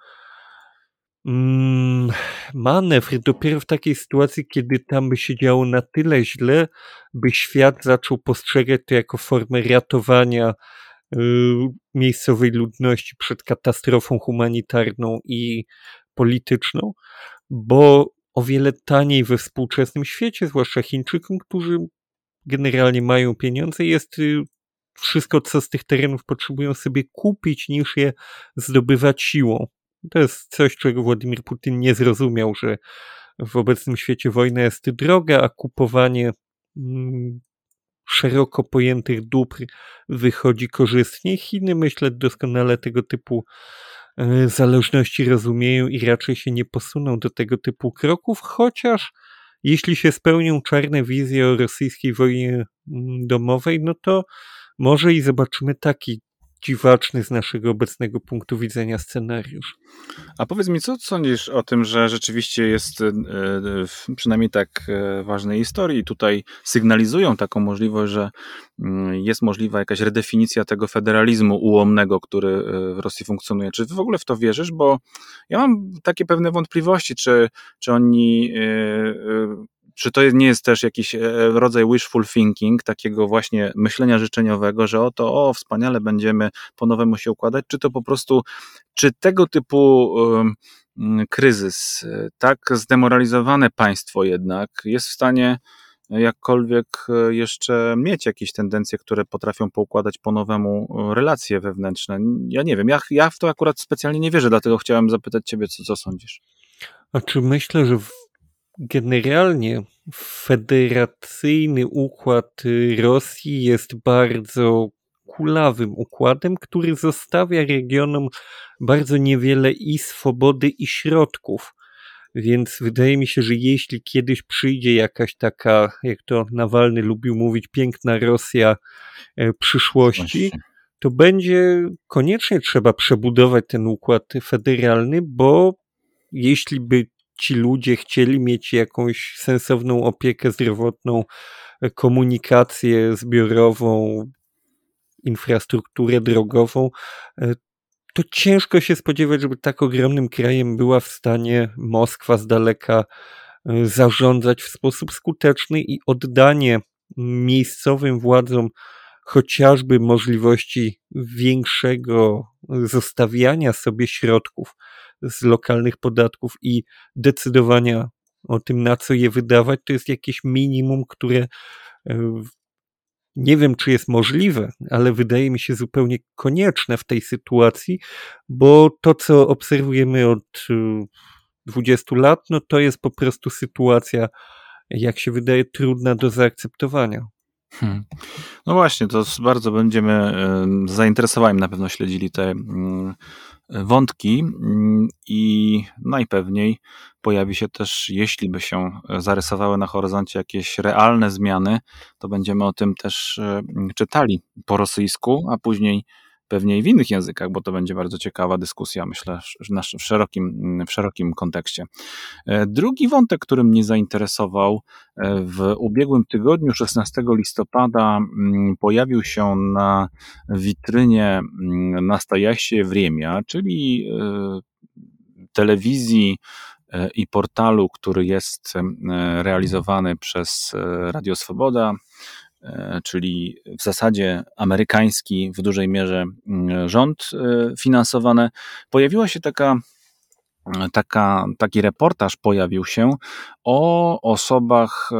manewr dopiero w takiej sytuacji, kiedy tam by się działo na tyle źle, by świat zaczął postrzegać to jako formę ratowania miejscowej ludności przed katastrofą humanitarną i polityczną, bo o wiele taniej we współczesnym świecie, zwłaszcza Chińczykom, którzy generalnie mają pieniądze, jest wszystko, co z tych terenów potrzebują sobie kupić, niż je zdobywać siłą. To jest coś, czego Władimir Putin nie zrozumiał, że w obecnym świecie wojna jest droga, a kupowanie szeroko pojętych dóbr wychodzi korzystnie. Chiny, myślę, doskonale tego typu zależności rozumieją i raczej się nie posuną do tego typu kroków, chociaż jeśli się spełnią czarne wizje o rosyjskiej wojnie domowej, no to może i zobaczymy taki dziwaczny z naszego obecnego punktu widzenia scenariusz. A powiedz mi, co sądzisz o tym, że rzeczywiście jest przynajmniej tak ważnej historii tutaj sygnalizują taką możliwość, że jest możliwa jakaś redefinicja tego federalizmu ułomnego, który w Rosji funkcjonuje. Czy ty w ogóle w to wierzysz? Bo ja mam takie pewne wątpliwości, czy oni czy to nie jest też jakiś rodzaj wishful thinking, takiego właśnie myślenia życzeniowego, że oto, wspaniale będziemy po nowemu się układać, czy to po prostu, czy tego typu kryzys, tak zdemoralizowane państwo jednak jest w stanie jakkolwiek jeszcze mieć jakieś tendencje, które potrafią poukładać po nowemu relacje wewnętrzne. Ja nie wiem, ja w to akurat specjalnie nie wierzę, dlatego chciałem zapytać ciebie, co sądzisz. Znaczy myślę, że generalnie federacyjny układ Rosji jest bardzo kulawym układem, który zostawia regionom bardzo niewiele i swobody, i środków. Więc wydaje mi się, że jeśli kiedyś przyjdzie jakaś taka, jak to Nawalny lubił mówić, piękna Rosja przyszłości, to będzie koniecznie trzeba przebudować ten układ federalny, bo jeśli by ci ludzie chcieli mieć jakąś sensowną opiekę zdrowotną, komunikację zbiorową, infrastrukturę drogową, to ciężko się spodziewać, żeby tak ogromnym krajem była w stanie Moskwa z daleka zarządzać w sposób skuteczny i oddanie miejscowym władzom chociażby możliwości większego zostawiania sobie środków z lokalnych podatków i decydowania o tym, na co je wydawać, to jest jakieś minimum, które nie wiem, czy jest możliwe, ale wydaje mi się zupełnie konieczne w tej sytuacji, bo to, co obserwujemy od 20 lat, no to jest po prostu sytuacja, jak się wydaje, trudna do zaakceptowania. No właśnie, to bardzo będziemy z zainteresowaniem na pewno śledzili te wątki i najpewniej pojawi się też, jeśli by się zarysowały na horyzoncie jakieś realne zmiany, to będziemy o tym też czytali po rosyjsku, a później pewnie i w innych językach, bo to będzie bardzo ciekawa dyskusja, myślę, w szerokim kontekście. Drugi wątek, który mnie zainteresował, w ubiegłym tygodniu, 16 listopada, pojawił się na witrynie Nastojaście Wremia, czyli telewizji i portalu, który jest realizowany przez Radio Swoboda, czyli w zasadzie amerykański w dużej mierze rząd finansowane. Pojawiła się taki reportaż pojawił się o osobach,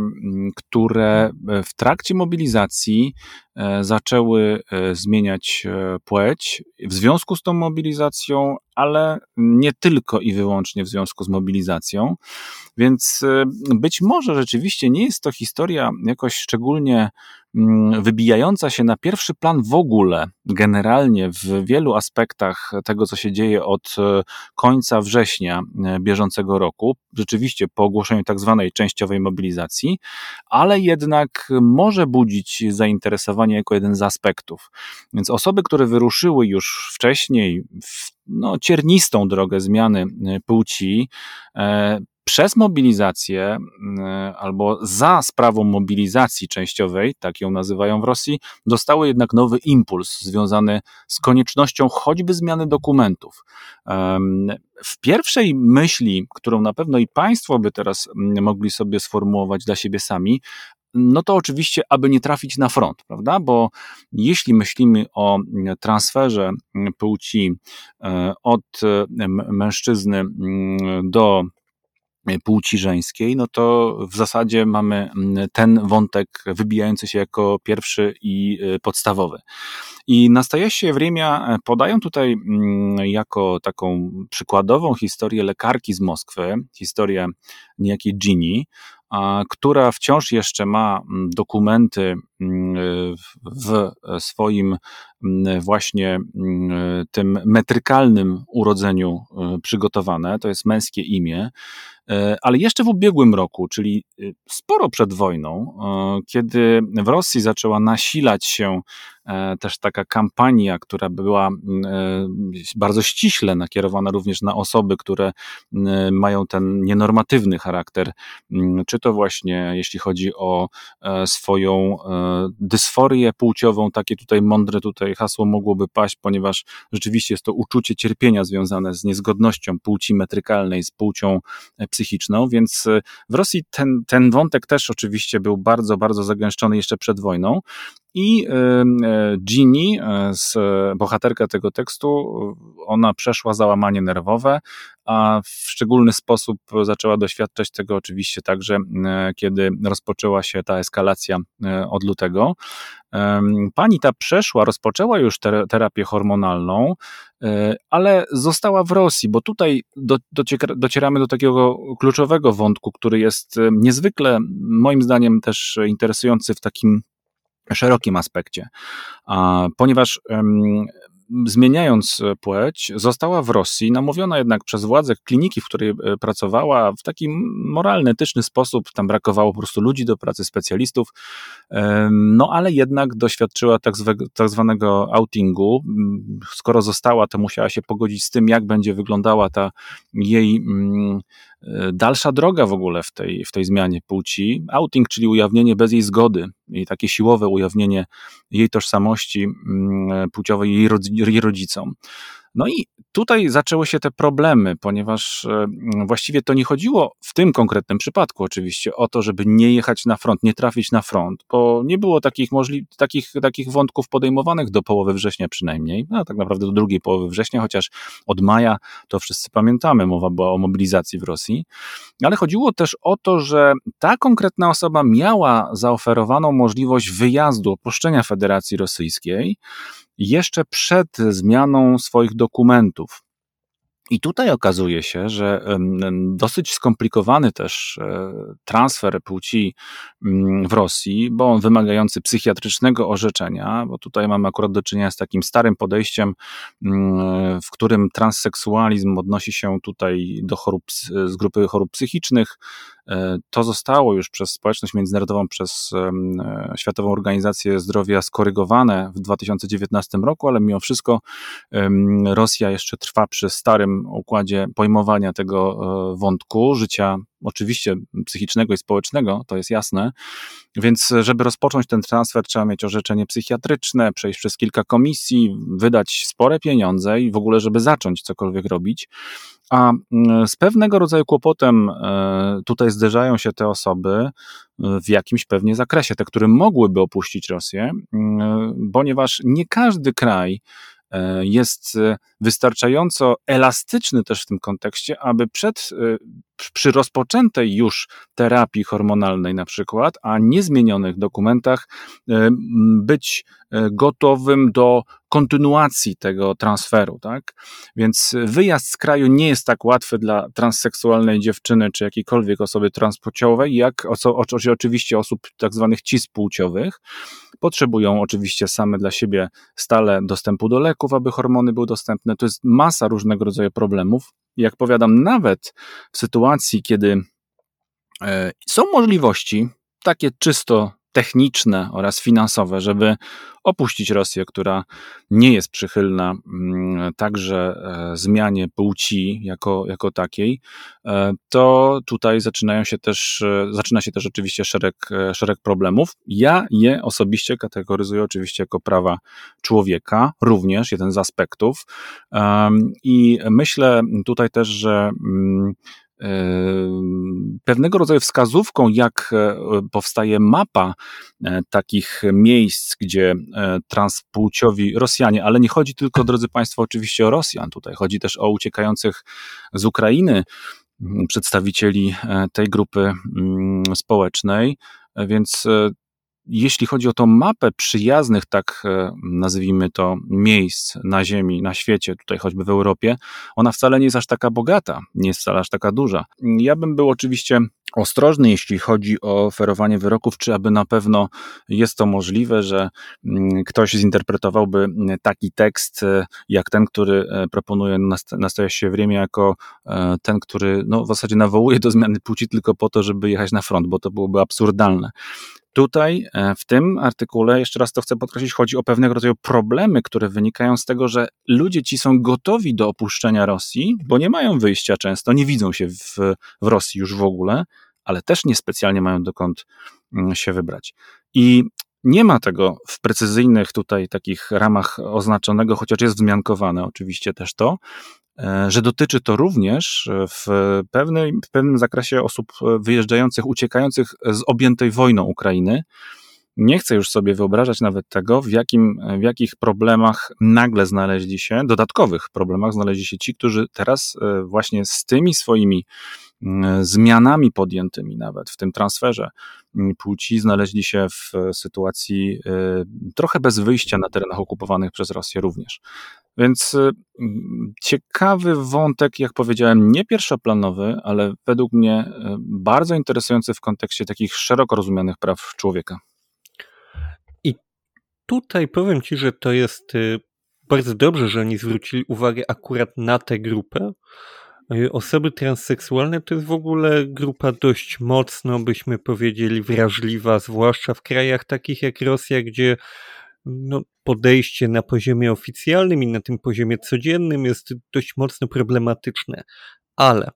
które w trakcie mobilizacji zaczęły zmieniać płeć w związku z tą mobilizacją, ale nie tylko i wyłącznie w związku z mobilizacją. Więc być może rzeczywiście nie jest to historia jakoś szczególnie wybijająca się na pierwszy plan w ogóle, generalnie w wielu aspektach tego, co się dzieje od końca września bieżącego roku, rzeczywiście po ogłoszeniu tak zwanej częściowej mobilizacji, ale jednak może budzić zainteresowanie jako jeden z aspektów. Więc osoby, które wyruszyły już wcześniej w ciernistą drogę zmiany płci, przez mobilizację albo za sprawą mobilizacji częściowej, tak ją nazywają w Rosji, dostały jednak nowy impuls związany z koniecznością choćby zmiany dokumentów. W pierwszej myśli, którą na pewno i Państwo by teraz mogli sobie sformułować dla siebie sami, no to oczywiście, aby nie trafić na front, prawda? Bo jeśli myślimy o transferze płci od mężczyzny do płci żeńskiej, no to w zasadzie mamy ten wątek wybijający się jako pierwszy i podstawowy. I Nastojaście Wremia podają tutaj jako taką przykładową historię lekarki z Moskwy, historię niejakiej Ginny, która wciąż jeszcze ma dokumenty w swoim właśnie tym metrykalnym urodzeniu przygotowane, to jest męskie imię, ale jeszcze w ubiegłym roku, czyli sporo przed wojną, kiedy w Rosji zaczęła nasilać się też taka kampania, która była bardzo ściśle nakierowana również na osoby, które mają ten nienormatywny charakter, czy to właśnie jeśli chodzi o swoją dysforię płciową, takie tutaj mądre hasło mogłoby paść, ponieważ rzeczywiście jest to uczucie cierpienia związane z niezgodnością płci metrykalnej z płcią psychiczną, więc w Rosji ten wątek też oczywiście był bardzo, bardzo zagęszczony jeszcze przed wojną. I Ginny, bohaterka tego tekstu, ona przeszła załamanie nerwowe, a w szczególny sposób zaczęła doświadczać tego oczywiście także, kiedy rozpoczęła się ta eskalacja od lutego. Pani ta rozpoczęła już terapię hormonalną, ale została w Rosji, bo tutaj docieramy do takiego kluczowego wątku, który jest niezwykle, moim zdaniem, też interesujący w takim szerokim aspekcie, ponieważ zmieniając płeć, została w Rosji namówiona jednak przez władze kliniki, w której pracowała, w taki moralny, etyczny sposób, tam brakowało po prostu ludzi do pracy, specjalistów, no ale jednak doświadczyła tak zwanego outingu. Skoro została, to musiała się pogodzić z tym, jak będzie wyglądała ta jej dalsza droga w ogóle w tej zmianie płci. Outing, czyli ujawnienie bez jej zgody i takie siłowe ujawnienie jej tożsamości płciowej jej rodzicom. No i tutaj zaczęły się te problemy, ponieważ właściwie to nie chodziło w tym konkretnym przypadku oczywiście o to, żeby nie jechać na front, nie trafić na front, bo nie było takich wątków podejmowanych do połowy września przynajmniej, no tak naprawdę do drugiej połowy września, chociaż od maja to wszyscy pamiętamy, mowa była o mobilizacji w Rosji, ale chodziło też o to, że ta konkretna osoba miała zaoferowaną możliwość wyjazdu, opuszczenia Federacji Rosyjskiej jeszcze przed zmianą swoich dokumentów. I tutaj okazuje się, że dosyć skomplikowany też transfer płci w Rosji, bo on wymagający psychiatrycznego orzeczenia, bo tutaj mamy akurat do czynienia z takim starym podejściem, w którym transseksualizm odnosi się tutaj do chorób, z grupy chorób psychicznych. To zostało już przez społeczność międzynarodową, przez Światową Organizację Zdrowia skorygowane w 2019 roku, ale mimo wszystko Rosja jeszcze trwa przy starym układzie pojmowania tego wątku życia, oczywiście psychicznego i społecznego, to jest jasne, więc żeby rozpocząć ten transfer trzeba mieć orzeczenie psychiatryczne, przejść przez kilka komisji, wydać spore pieniądze i w ogóle żeby zacząć cokolwiek robić, a z pewnego rodzaju kłopotem tutaj zderzają się te osoby w jakimś pewnie zakresie, te, które mogłyby opuścić Rosję, ponieważ nie każdy kraj jest wystarczająco elastyczny też w tym kontekście, aby przy rozpoczętej już terapii hormonalnej na przykład, a niezmienionych dokumentach być gotowym do kontynuacji tego transferu, tak? Więc wyjazd z kraju nie jest tak łatwy dla transseksualnej dziewczyny czy jakiejkolwiek osoby transpłciowej, jak oczywiście osób tak zwanych cispłciowych. Potrzebują oczywiście same dla siebie stale dostępu do leków, aby hormony były dostępne. To jest masa różnego rodzaju problemów. Jak powiadam, nawet w sytuacji, kiedy są możliwości takie czysto techniczne oraz finansowe, żeby opuścić Rosję, która nie jest przychylna także zmianie płci jako takiej, to tutaj zaczyna się też oczywiście szereg problemów. Ja je osobiście kategoryzuję oczywiście jako prawa człowieka, również jeden z aspektów. I myślę tutaj też, że pewnego rodzaju wskazówką, jak powstaje mapa takich miejsc, gdzie transpłciowi Rosjanie, ale nie chodzi tylko, drodzy Państwo, oczywiście o Rosjan, tutaj chodzi też o uciekających z Ukrainy przedstawicieli tej grupy społecznej, więc jeśli chodzi o tą mapę przyjaznych, tak nazwijmy to, miejsc na ziemi, na świecie, tutaj choćby w Europie, ona wcale nie jest aż taka bogata, nie jest wcale aż taka duża. Ja bym był oczywiście ostrożny, jeśli chodzi o oferowanie wyroków, czy aby na pewno jest to możliwe, że ktoś zinterpretowałby taki tekst, jak ten, który proponuje Nastasia Wremia, jako ten, który w zasadzie nawołuje do zmiany płci tylko po to, żeby jechać na front, bo to byłoby absurdalne. Tutaj, w tym artykule, jeszcze raz to chcę podkreślić, chodzi o pewnego rodzaju problemy, które wynikają z tego, że ludzie ci są gotowi do opuszczenia Rosji, bo nie mają wyjścia często, nie widzą się w Rosji już w ogóle, ale też niespecjalnie mają dokąd się wybrać. I nie ma tego w precyzyjnych tutaj takich ramach oznaczonego, chociaż jest wzmiankowane oczywiście też to, że dotyczy to również w pewnym zakresie osób wyjeżdżających, uciekających z objętej wojną Ukrainy. Nie chcę już sobie wyobrażać nawet tego, w jakich problemach nagle dodatkowych problemach znaleźli się ci, którzy teraz właśnie z tymi swoimi zmianami podjętymi nawet w tym transferze płci znaleźli się w sytuacji trochę bez wyjścia na terenach okupowanych przez Rosję również. Więc ciekawy wątek, jak powiedziałem, nie pierwszoplanowy, ale według mnie bardzo interesujący w kontekście takich szeroko rozumianych praw człowieka. I tutaj powiem Ci, że to jest bardzo dobrze, że oni zwrócili uwagę akurat na tę grupę. Osoby transseksualne to jest w ogóle grupa dość mocno, byśmy powiedzieli, wrażliwa, zwłaszcza w krajach takich jak Rosja, gdzie podejście na poziomie oficjalnym i na tym poziomie codziennym jest dość mocno problematyczne. Ale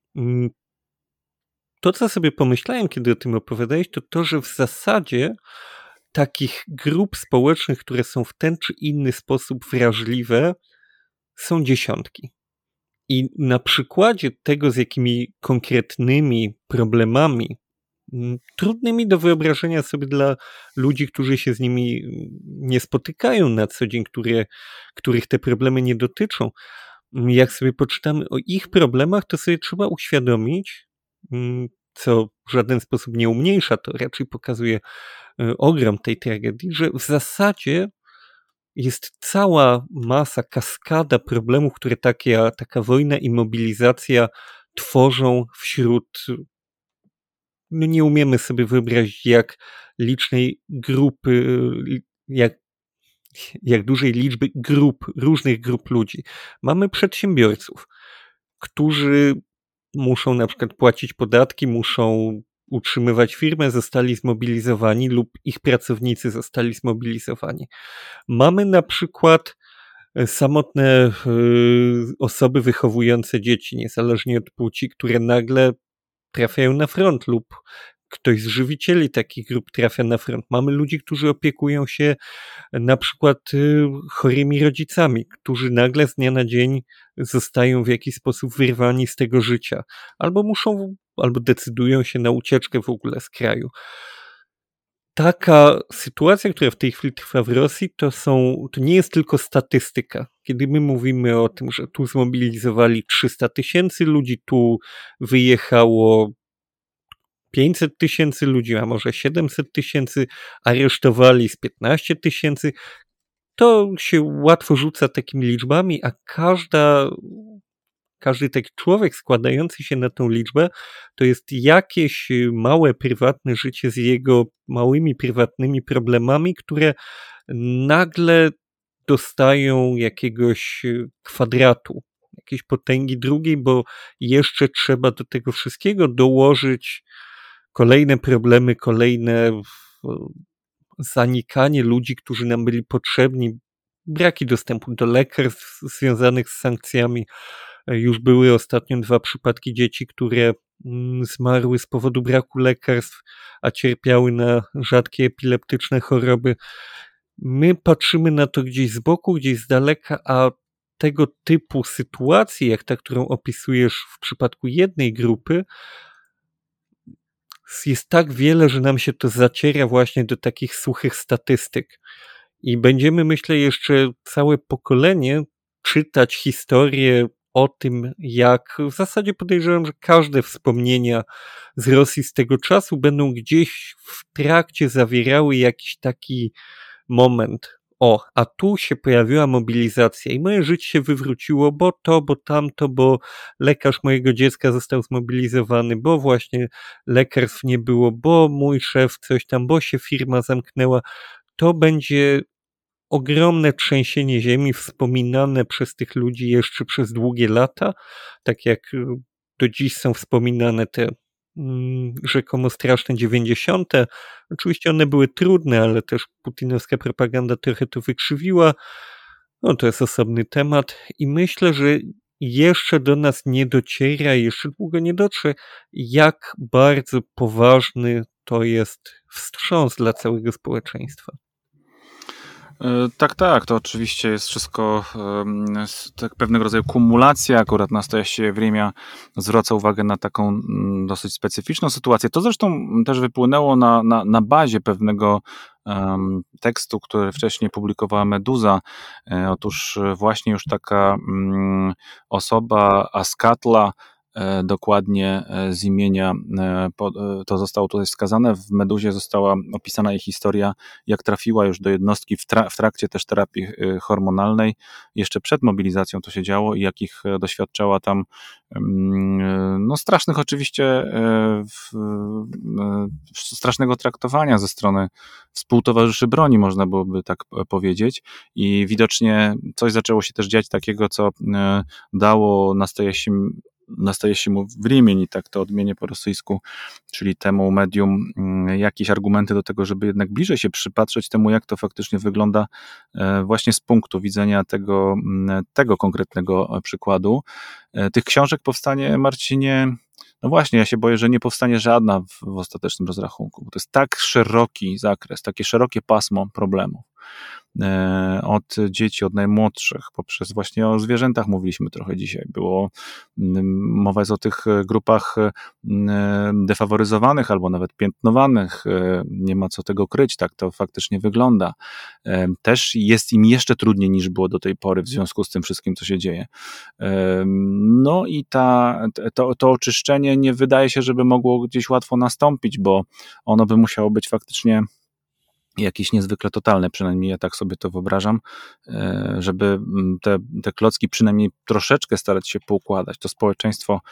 to, co sobie pomyślałem, kiedy o tym opowiadałeś, to, że w zasadzie takich grup społecznych, które są w ten czy inny sposób wrażliwe, są dziesiątki. I na przykładzie tego, z jakimi konkretnymi problemami, trudnymi do wyobrażenia sobie dla ludzi, którzy się z nimi nie spotykają na co dzień, których te problemy nie dotyczą, jak sobie poczytamy o ich problemach, to sobie trzeba uświadomić, co w żaden sposób nie umniejsza, to raczej pokazuje ogrom tej tragedii, że w zasadzie jest cała masa, kaskada problemów, które taka wojna i mobilizacja tworzą wśród, no nie umiemy sobie wyobrazić, jak licznej grupy, jak dużej liczby różnych grup ludzi. Mamy przedsiębiorców, którzy muszą na przykład płacić podatki, muszą utrzymywać firmę, zostali zmobilizowani lub ich pracownicy zostali zmobilizowani. Mamy na przykład samotne osoby wychowujące dzieci, niezależnie od płci, które nagle trafiają na front lub ktoś z żywicieli takich grup trafia na front. Mamy ludzi, którzy opiekują się na przykład chorymi rodzicami, którzy nagle z dnia na dzień zostają w jakiś sposób wyrwani z tego życia, albo decydują się na ucieczkę w ogóle z kraju. Taka sytuacja, która w tej chwili trwa w Rosji, to nie jest tylko statystyka. Kiedy my mówimy o tym, że tu zmobilizowali 300 000 ludzi, tu wyjechało 500 000 ludzi, a może 700 000, aresztowali z 15 000, to się łatwo rzuca takimi liczbami, a każdy taki człowiek składający się na tą liczbę, to jest jakieś małe, prywatne życie z jego małymi, prywatnymi problemami, które nagle dostają jakiegoś kwadratu, jakiejś potęgi drugiej, bo jeszcze trzeba do tego wszystkiego dołożyć kolejne problemy, kolejne zanikanie ludzi, którzy nam byli potrzebni, braki dostępu do lekarstw związanych z sankcjami. Już były ostatnio 2 przypadki dzieci, które zmarły z powodu braku lekarstw, a cierpiały na rzadkie epileptyczne choroby. My patrzymy na to gdzieś z boku, gdzieś z daleka, a tego typu sytuacji, jak ta, którą opisujesz w przypadku jednej grupy, jest tak wiele, że nam się to zaciera właśnie do takich suchych statystyk. I będziemy, myślę, jeszcze całe pokolenie czytać historię o tym, jak w zasadzie podejrzewam, że każde wspomnienia z Rosji z tego czasu będą gdzieś w trakcie zawierały jakiś taki moment. A tu się pojawiła mobilizacja i moje życie się wywróciło, bo to, bo tamto, bo lekarz mojego dziecka został zmobilizowany, bo właśnie lekarstw nie było, bo mój szef coś tam, bo się firma zamknęła. To będzie ogromne trzęsienie ziemi wspominane przez tych ludzi jeszcze przez długie lata, tak jak do dziś są wspominane te rzekomo straszne 90. Oczywiście one były trudne, ale też putinowska propaganda trochę to wykrzywiła. No to jest osobny temat i myślę, że jeszcze do nas nie dociera, jeszcze długo nie dotrze, jak bardzo poważny to jest wstrząs dla całego społeczeństwa. Tak, to oczywiście jest wszystko tak pewnego rodzaju kumulacja. Akurat naстоящее время zwraca uwagę na taką dosyć specyficzną sytuację. To zresztą też wypłynęło na bazie pewnego tekstu, który wcześniej publikowała Meduza. Otóż właśnie już taka osoba Askatla, dokładnie z imienia, to zostało tutaj wskazane, w Meduzie została opisana jej historia, jak trafiła już do jednostki w trakcie też terapii hormonalnej, jeszcze przed mobilizacją to się działo i jakich doświadczała tam strasznych oczywiście strasznego traktowania ze strony współtowarzyszy broni, można byłoby tak powiedzieć, i widocznie coś zaczęło się też dziać takiego, co dało naстоящему времени, tak to odmienię po rosyjsku, czyli temu medium jakieś argumenty do tego, żeby jednak bliżej się przypatrzeć temu, jak to faktycznie wygląda właśnie z punktu widzenia tego konkretnego przykładu. Tych książek powstanie, Marcinie, no właśnie, ja się boję, że nie powstanie żadna w ostatecznym rozrachunku, bo to jest tak szeroki zakres, takie szerokie pasmo problemów, od dzieci, od najmłodszych, poprzez właśnie o zwierzętach mówiliśmy trochę dzisiaj. Mowa jest o tych grupach defaworyzowanych albo nawet piętnowanych. Nie ma co tego kryć, tak to faktycznie wygląda. Też jest im jeszcze trudniej niż było do tej pory w związku z tym wszystkim, co się dzieje. No i to oczyszczenie nie wydaje się, żeby mogło gdzieś łatwo nastąpić, bo ono by musiało być faktycznie jakieś niezwykle totalne, przynajmniej ja tak sobie to wyobrażam, żeby te klocki przynajmniej troszeczkę starać się poukładać. To społeczeństwo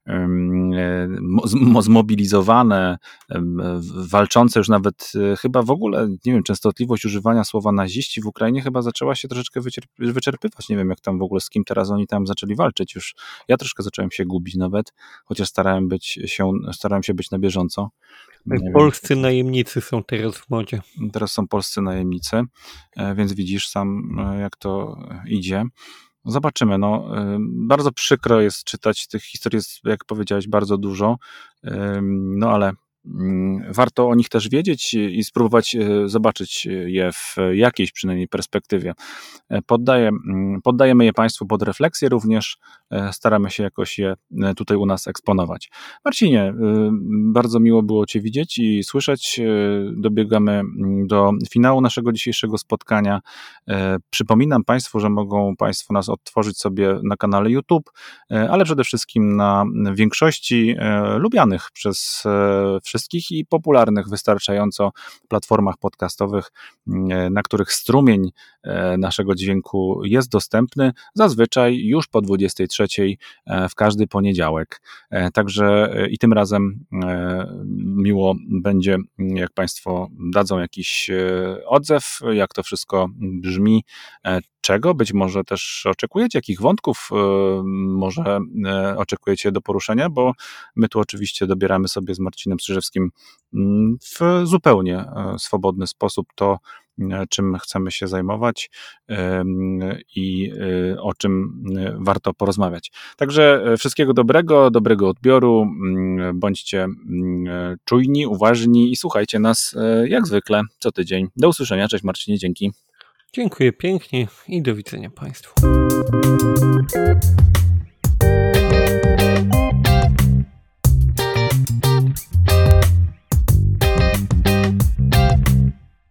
zmobilizowane, walczące już nawet chyba w ogóle, nie wiem, częstotliwość używania słowa naziści w Ukrainie chyba zaczęła się troszeczkę wyczerpywać. Nie wiem, jak tam w ogóle, z kim teraz oni tam zaczęli walczyć już. Ja troszkę zacząłem się gubić nawet, chociaż starałem się być na bieżąco. Polscy najemnicy są teraz w modzie. Teraz są polscy najemnicy, więc widzisz sam, jak to idzie. Zobaczymy. Bardzo przykro jest czytać tych historii, jest, jak powiedziałeś, bardzo dużo, ale warto o nich też wiedzieć i spróbować zobaczyć je w jakiejś przynajmniej perspektywie. Poddajemy je Państwu pod refleksję również, staramy się jakoś je tutaj u nas eksponować. Marcinie, bardzo miło było Cię widzieć i słyszeć. Dobiegamy do finału naszego dzisiejszego spotkania. Przypominam Państwu, że mogą Państwo nas odtworzyć sobie na kanale YouTube, ale przede wszystkim na większości lubianych przez wszystkich i popularnych wystarczająco platformach podcastowych, na których strumień naszego dźwięku jest dostępny, zazwyczaj już po 23 w każdy poniedziałek. Także i tym razem miło będzie, jak Państwo dadzą jakiś odzew, jak to wszystko brzmi, czego być może też oczekujecie, jakich wątków może oczekujecie do poruszenia, bo my tu oczywiście dobieramy sobie z Marcinem Strzyżewskim w zupełnie swobodny sposób to, czym chcemy się zajmować i o czym warto porozmawiać. Także wszystkiego dobrego odbioru, bądźcie czujni, uważni i słuchajcie nas jak zwykle co tydzień. Do usłyszenia, cześć Marcinie, dzięki. Dziękuję pięknie i do widzenia Państwu.